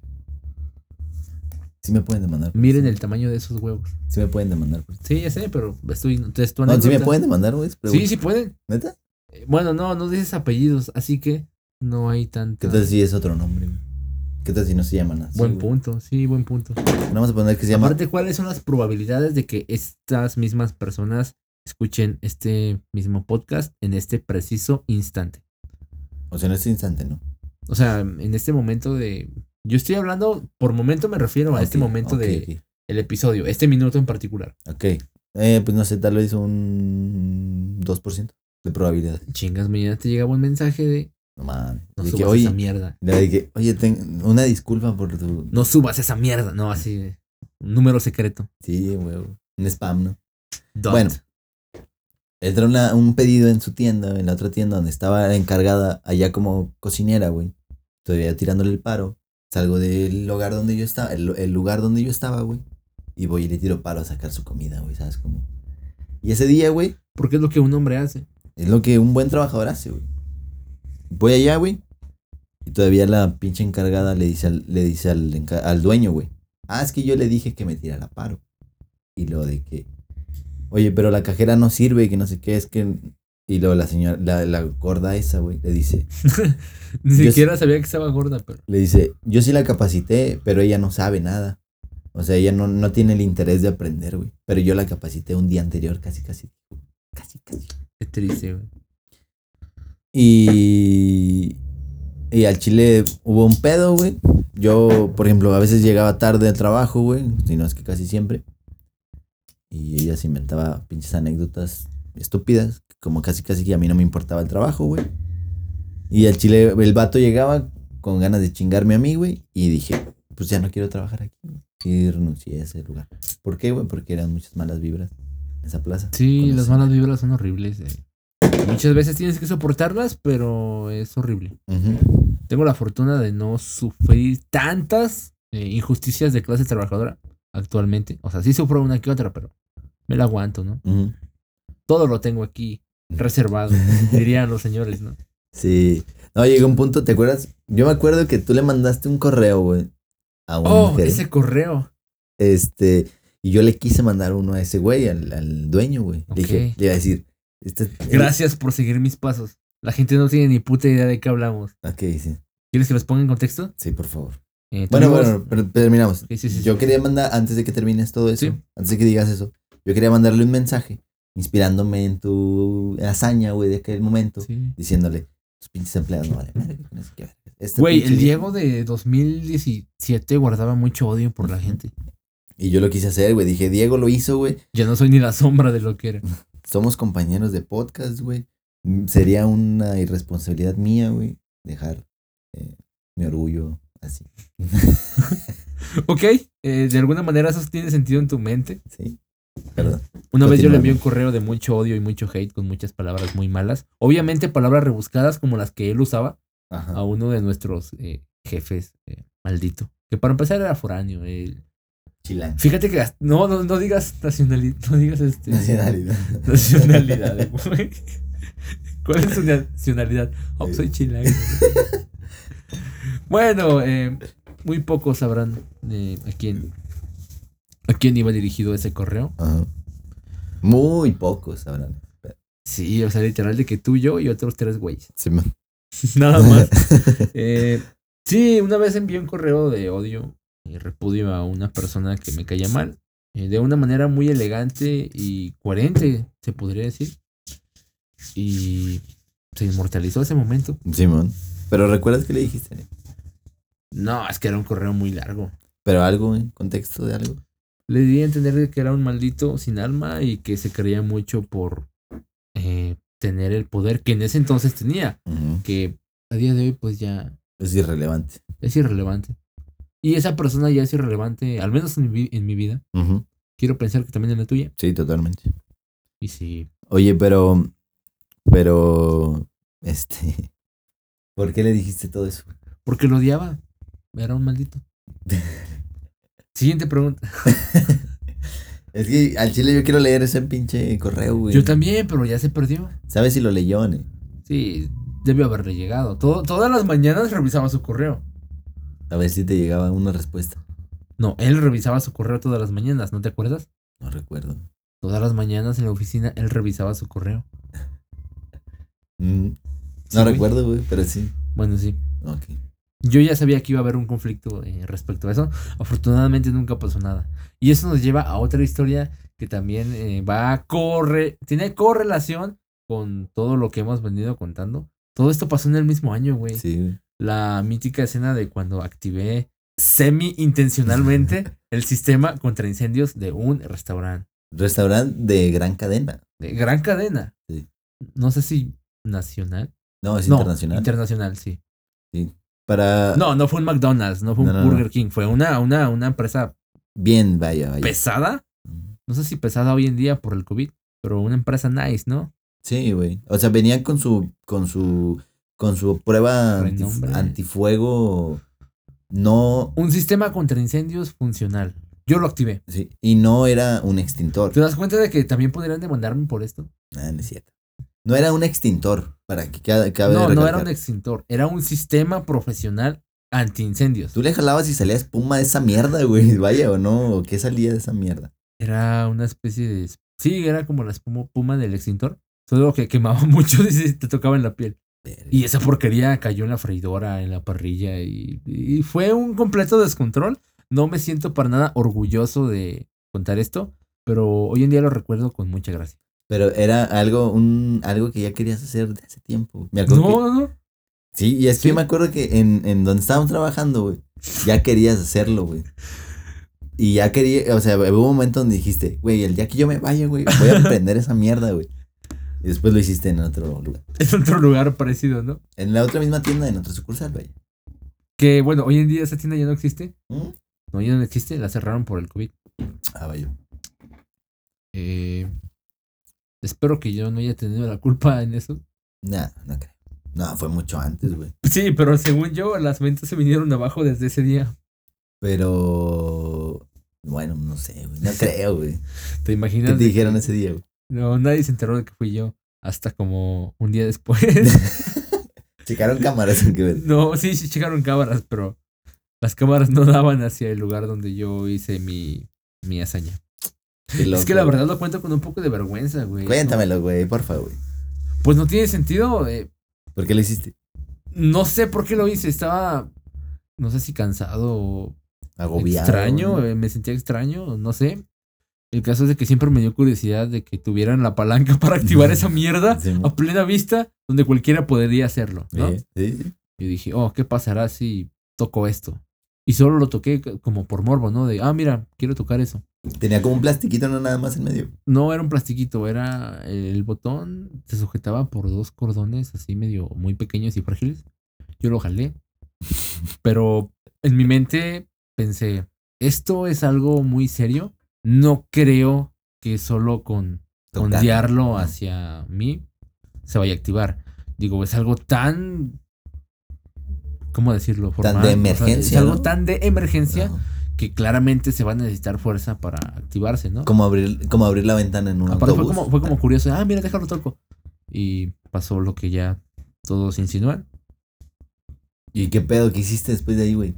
Sí me pueden demandar. por Miren eso. el tamaño de esos huevos. Sí me pueden demandar. por eso. Sí, ya sé, pero estoy... Es tu No, sí me anécdota. pueden demandar, güey. Sí, sí pueden. ¿Neta? Eh, Bueno, no, no dices apellidos, así que no hay tanta... ¿Qué tal si es otro nombre, güey? ¿Qué tal si no se llaman así? Buen güey? punto, sí, buen punto. Vamos a poner que se llama. Aparte, ¿cuáles son las probabilidades de que estas mismas personas escuchen este mismo podcast en este preciso instante? O sea, en este instante, ¿no? O sea, en este momento de... Yo estoy hablando, por momento me refiero a este Ok, momento ok, de el episodio, este minuto en particular. Ok. Ok. Eh, pues no sé, tal vez un dos por ciento de probabilidad. Chingas, mañana te llegaba un mensaje de... No mames. No De subas que, oye, esa mierda. de que, oye, ten- una disculpa por tu. No subas esa mierda. No, así de... Un número secreto. Sí, güey. Un spam, ¿no? Dot. Bueno. Entró una, un pedido en su tienda, en la otra tienda donde estaba encargada allá como cocinera, güey. Todavía tirándole el paro. Salgo del hogar donde yo estaba, el, el lugar donde yo estaba, güey. Y voy y le tiro paro a sacar su comida, güey, ¿sabes cómo? Y ese día, güey, Porque es lo que un hombre hace. es lo que un buen trabajador hace, güey. Voy allá, güey. Y todavía la pinche encargada le dice al, le dice al, enca- al dueño, güey. Ah, es que yo le dije que me tirara paro. Y lo de que, oye, pero la cajera no sirve, que no sé qué, es que... Y luego la señora, la, la gorda esa, güey, le dice, Ni Yo siquiera sabía que estaba gorda, pero... le dice, yo sí la capacité, pero ella no sabe nada. O sea, ella no, no tiene el interés de aprender, güey. Pero yo la capacité un día anterior, casi, casi. Casi, casi. Qué triste, güey. Y... Y al chile hubo un pedo, güey. Yo, por ejemplo, a veces llegaba tarde al trabajo, güey. Si no es que casi siempre. Y ella se inventaba pinches anécdotas estúpidas. Como casi, casi que a mí no me importaba el trabajo, güey. Y al chile, el vato llegaba con ganas de chingarme a mí, güey. Y dije, pues ya no quiero trabajar aquí, güey. Y renuncié a ese lugar. ¿Por qué, güey? Porque eran muchas malas vibras en esa plaza. Sí, Con las ese- malas vibras son horribles. eh. Muchas veces tienes que soportarlas, pero es horrible. Ujú. Tengo la fortuna de no sufrir tantas eh, injusticias de clase trabajadora actualmente. O sea, sí sufro una que otra, pero me la aguanto, ¿no? Ujú. Todo lo tengo aquí reservado, dirían los señores, ¿no? Sí. No, llegó un punto, ¿te acuerdas? Yo me acuerdo que tú le mandaste un correo, güey, a un Oh, mujer. ese correo. Este, y yo le quise mandar uno a ese güey, al, al dueño, güey. Ok. Le dije, le iba a decir, este, Gracias por seguir mis pasos. La gente no tiene ni puta idea de qué hablamos. Ok, sí. ¿Quieres que los ponga en contexto? Sí, por favor. Eh, Bueno, tuvimos- bueno, pero terminamos. Sí, sí, sí, yo sí. quería mandar, antes de que termines todo eso, Sí. antes de que digas eso, yo quería mandarle un mensaje, inspirándome en tu hazaña, güey, de aquel momento, Sí. diciéndole, los pinches empleados no valen verga, con eso, qué verga. Este Güey, pinche el viejo- Diego de dos mil diecisiete guardaba mucho odio por la gente. Y yo lo quise hacer, güey. Dije, Diego lo hizo, güey. Ya no soy ni la sombra de lo que era. Somos compañeros de podcast, güey. Mm, Sería una irresponsabilidad mía, güey, dejar eh, mi orgullo así. Ok, eh, de alguna manera eso tiene sentido en tu mente. Sí, perdón. Una vez yo le Continuamos. envié un correo de mucho odio y mucho hate con muchas palabras muy malas. Obviamente palabras rebuscadas como las que él usaba a Ajá. uno de nuestros eh, jefes, eh, maldito. Que para empezar era foráneo. él. Chilán. Fíjate que... No, no, no digas nacionalidad. No digas este... Nacionalidad. Nacionalidad, güey. ¿Cuál es su nacionalidad? Oh, Sí. soy chilango. Bueno, eh, muy pocos sabrán eh, a quién a quién iba dirigido ese correo. Ajá. Muy pocos sabrán. Sí, o sea, literal de que tú, yo y otros tres güeyes. Sí, man. Nada más. Eh, sí, una vez envié un correo de odio y repudio a una persona que me caía mal. eh, de una manera muy elegante y coherente, se podría decir. Y se inmortalizó ese momento. Simón. Pero ¿recuerdas que le dijiste? No, es que era un correo muy largo. Pero algo, en contexto de algo. Le di a entender que era un maldito sin alma y que se creía mucho por eh, tener el poder que en ese entonces tenía. Ujú. Que a día de hoy pues ya Es irrelevante. es irrelevante. Y esa persona ya es irrelevante, al menos en mi, vi- en mi vida. Ujú. Quiero pensar que también en la tuya. Sí, totalmente. Y sí. Oye, pero... Pero... Este... ¿Por qué le dijiste todo eso? Porque lo odiaba. Era un maldito. Siguiente pregunta. Es que al chile yo quiero leer ese pinche correo, güey. Yo también, pero ya se perdió. ¿Sabes si lo leyó, ne? Sí, debió haberle llegado. Todo, todas las mañanas revisaba su correo. A ver si te llegaba una respuesta. No, él revisaba su correo todas las mañanas, ¿no te acuerdas? No recuerdo. Todas las mañanas en la oficina él revisaba su correo. Mm, no Sí, güey. recuerdo, güey, pero sí. Bueno, sí. Ok. Yo ya sabía que iba a haber un conflicto eh, respecto a eso. Afortunadamente nunca pasó nada. Y eso nos lleva a otra historia que también eh, va a corre... Tiene correlación con todo lo que hemos venido contando. Todo esto pasó en el mismo año, güey. Sí, güey. La mítica escena de cuando activé semi-intencionalmente el sistema contra incendios de un restaurante. Restaurante de gran cadena. De gran cadena. Sí. No sé si nacional. No, es No, internacional. internacional, sí. Para. No, no fue un McDonald's, no fue un No, no, no. Burger King. Fue una, una, una empresa Bien, vaya, vaya. pesada. No sé si pesada hoy en día por el COVID, pero una empresa nice, ¿no? Sí, güey. O sea, venían con su. con su. con su prueba antif- Renombre. antifuego. No. Un sistema contra incendios funcional. Yo lo activé. Sí. Y no era un extintor. ¿Te das cuenta de que también podrían demandarme por esto? Ah, no es cierto. No era un extintor. Para que cada, cabe No, no recalcar. era un extintor. Era un sistema profesional antiincendios. Tú le jalabas y salía espuma de esa mierda, güey. Vaya o no. ¿O qué salía de esa mierda? Era una especie de... Sí, era como la espuma puma del extintor. Solo que quemaba mucho y te tocaba en la piel. Y esa porquería cayó en la freidora, en la parrilla. Y, y fue un completo descontrol. No me siento para nada orgulloso de contar esto. Pero hoy en día lo recuerdo con mucha gracia. Pero era algo, un, algo que ya querías hacer de hace tiempo. Me acuerdo que- No, no, no. Sí, y es que Sí. yo me acuerdo que en, en donde estábamos trabajando, güey, ya querías hacerlo, güey. Y ya quería, o sea, hubo un momento donde dijiste, güey, el día que yo me vaya, güey, voy a emprender esa mierda, güey. Y después lo hiciste en otro lugar. Es otro lugar parecido, ¿no? En la otra misma tienda, en otra sucursal, güey. Que bueno, hoy en día esa tienda ya no existe. ¿Mm? No, ya no existe. La cerraron por el COVID. Ah, vaya. Eh, espero que yo no haya tenido la culpa en eso. Nah, no creo. No, fue mucho antes, güey. Sí, pero según yo, las ventas se vinieron abajo desde ese día. Pero, bueno, no sé, güey. No creo, güey. ¿Te ¿Qué imaginas? te de dijeron que- ese día, güey? No, nadie se enteró de que fui yo. Hasta como un día después. Checaron cámaras en que ver. No, sí, sí checaron cámaras, pero las cámaras no daban hacia el lugar donde yo hice mi, mi hazaña. Qué loco, Es que la güey. verdad lo cuento con un poco de vergüenza, güey. Cuéntamelo, güey, por favor, güey. Pues no tiene sentido. eh, ¿Por qué lo hiciste? No sé por qué lo hice. Estaba, no sé si cansado o Agobiado. extraño. ¿no? eh, Me sentía extraño, no sé. El caso es de que siempre me dio curiosidad de que tuvieran la palanca para activar esa mierda Sí, a plena vista, donde cualquiera podría hacerlo, ¿no? Sí, sí, sí. Y dije, oh, ¿qué pasará si toco esto? Y solo lo toqué c- como por morbo, ¿no? De, ah, mira, quiero tocar eso. Tenía como un plastiquito, no nada más en medio. No era un plastiquito, era el botón, se sujetaba por dos cordones así medio muy pequeños y frágiles. Yo lo jalé. Pero en mi mente pensé, esto es algo muy serio. No creo que solo con Tocar. ondearlo hacia mí se vaya a activar. Digo, es algo tan... ¿Cómo decirlo? Tan de Formal. O sea, emergencia, es algo ¿no? tan de emergencia No. que claramente se va a necesitar fuerza para activarse, ¿no? Como abrir, como abrir la ventana en un Aparte fue autobús. como, fue como curioso. Ah, mira, déjalo toco. Y pasó lo que ya todos insinúan. ¿Y qué pedo que hiciste después de ahí, güey?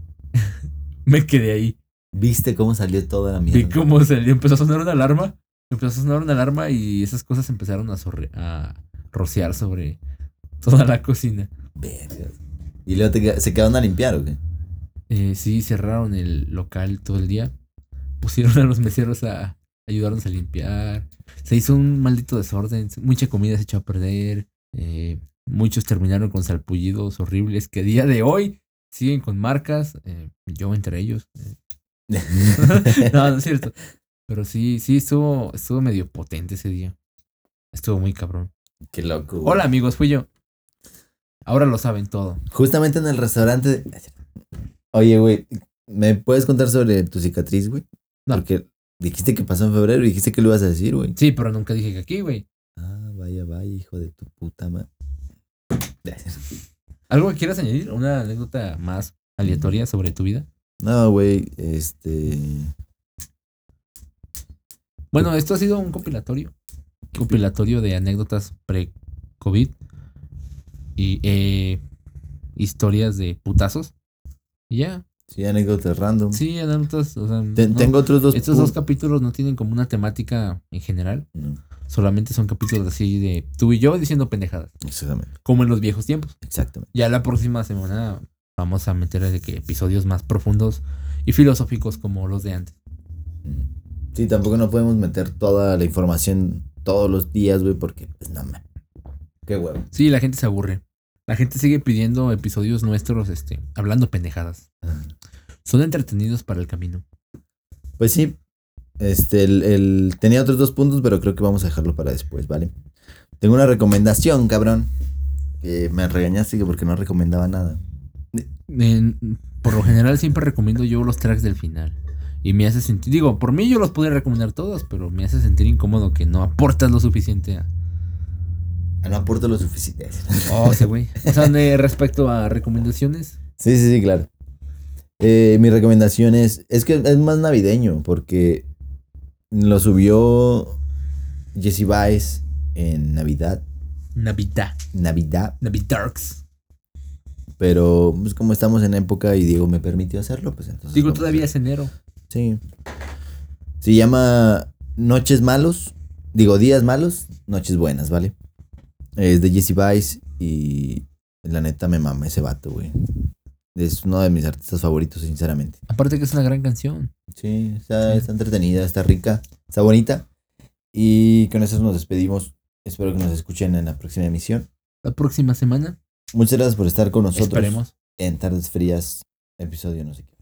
Me quedé ahí. ¿Viste cómo salió toda la mierda? Vi cómo salió. Empezó a sonar una alarma. Empezó a sonar una alarma y esas cosas empezaron a, sorre- a rociar sobre toda la cocina. Vergas. ¿Y luego te qued- se quedaron a limpiar o qué? Eh, sí, cerraron el local todo el día. Pusieron a los meseros a ayudarnos a limpiar. Se hizo un maldito desorden. Mucha comida se echó a perder. Eh, muchos terminaron con salpullidos horribles que a día de hoy siguen con marcas. eh, yo entre ellos. eh. No, no es cierto. Pero sí, sí, estuvo, estuvo medio potente ese día. Estuvo muy cabrón. Qué loco, güey. Hola amigos, fui yo. Ahora lo saben todo. Justamente en el restaurante. de- Oye, güey, ¿me puedes contar sobre tu cicatriz, güey? No. Porque dijiste que pasó en febrero y dijiste que lo ibas a decir, güey. Sí, pero nunca dije que aquí, güey. Ah, vaya, vaya, hijo de tu puta madre. ¿Algo que quieras añadir? ¿Una anécdota más aleatoria sobre tu vida? No, güey, este... Bueno, esto ha sido un compilatorio. Compilatorio de anécdotas pre-COVID. Y eh, historias de putazos. Y ya. Sí, anécdotas random. Sí, anécdotas. O sea, Te- no- tengo otros dos. estos pu- dos capítulos no tienen como una temática en general. No, Solamente son capítulos así de tú y yo diciendo pendejadas. exactamente. Como en los viejos tiempos. Exactamente. Ya la próxima semana vamos a meter de que episodios más profundos y filosóficos como los de antes. Sí, tampoco no podemos meter toda la información todos los días, güey, porque, pues, no, man. Qué huevo. Sí, la gente se aburre. La gente sigue pidiendo episodios nuestros, este, hablando pendejadas. Son entretenidos para el camino. Pues sí, este, el, el- tenía otros dos puntos, pero creo que vamos a dejarlo para después, ¿vale? Tengo una recomendación, cabrón, que me regañaste que porque no recomendaba nada. En- por lo general siempre recomiendo yo los tracks del final. Y me hace sentir, digo, por mí yo los podría recomendar todos, pero me hace sentir incómodo que no aportas lo suficiente a... Ah, no aporta lo suficiente. Oh, ese güey. O sea, de respecto a recomendaciones. Sí, sí, sí, claro. Eh, mi recomendación es, es que es más navideño, porque lo subió Jesse Baez en Navidad, Navidad. Navidad, Navidarks. pero pues como estamos en época y Diego me permitió hacerlo, pues entonces... Digo, vamos a todavía hacerlo. es enero. Sí. Se llama Noches Malos. Digo, Días Malos, Noches Buenas, ¿vale? Es de Jesse Baez y la neta me mama ese vato, güey. Es uno de mis artistas favoritos, sinceramente. Aparte que es una gran canción. Sí, está, Sí. está entretenida, está rica, está bonita. Y con eso nos despedimos. Espero que nos escuchen en la próxima emisión. La próxima semana. Muchas gracias por estar con nosotros Esperemos. en Tardes Frías, episodio no sé qué.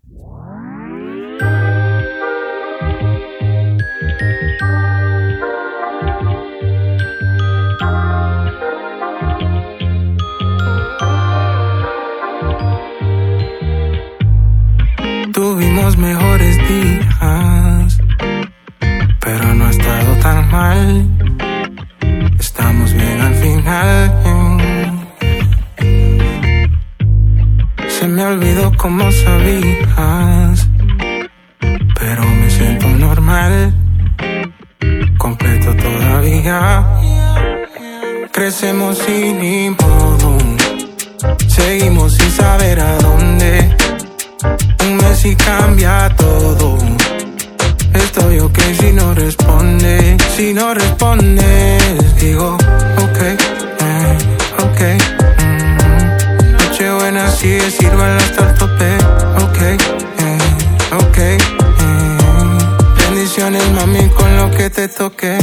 Tuvimos mejores días, pero no ha estado tan mal. Estamos bien al final. Se me olvidó cómo sabías, pero me siento normal, completo todavía. Crecemos sin ni modo, seguimos sin saber a dónde. Un mes y cambia todo. Estoy ok si no responde. Si no respondes, digo ok, eh, ok. Mm. Nochebuena sigue, sírvanla hasta el tope. Ok, eh, ok. Eh. Bendiciones, mami, con lo que te toque.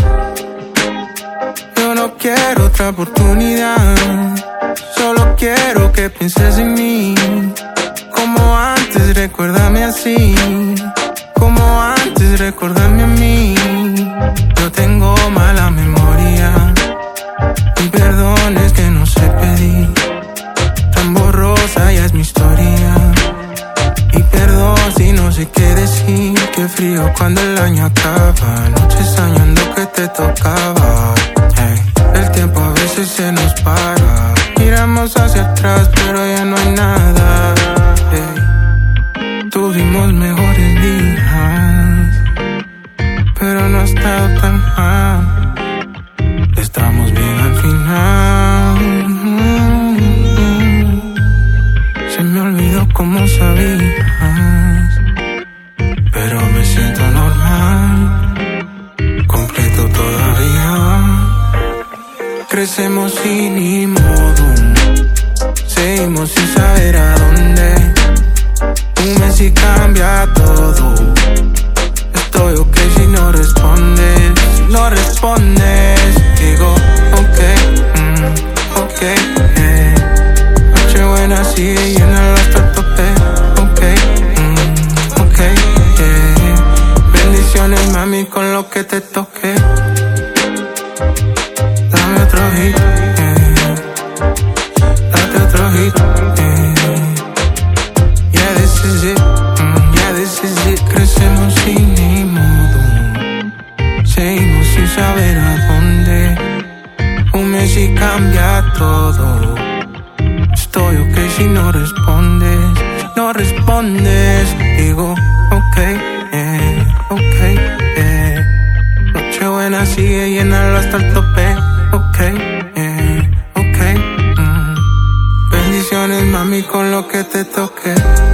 Yo no quiero otra oportunidad. Solo quiero que pienses en mí. Como antes, recuérdame así. Como antes, recuérdame a mí. Yo tengo mala memoria y perdones que no sé pedir. Tan borrosa ya es mi historia. Y perdón si no sé qué decir. Qué frío cuando el año acaba. Noches soñando que te tocaba. Hey, el tiempo a veces se nos para. Miramos hacia atrás pero ya no hay nada. Hey, tuvimos mejores días, pero no ha estado tan mal. Estamos bien al final. Se me olvidó cómo sabías, pero me siento normal, completo todavía. Crecemos sin ni modo, seguimos sin saber a dónde. Un mes y cambia todo. Estoy ok si no respondes. Si no respondes, digo ok, mm, ok, eh. Nochebuena sigue, llénala hasta el tope. Ok, mm, ok, eh. Bendiciones, mami, con lo que te toque. Dame otro hit, eh. Date otro hit, eh. Yeah, this is it, mm, yeah, this is it. Crecemos sin ni modo, seguimos sin saber a dónde. Un mes y cambia todo. Estoy ok si no respondes. Si no respondes, digo ok, eh, ok, eh. mí con lo que te toqué.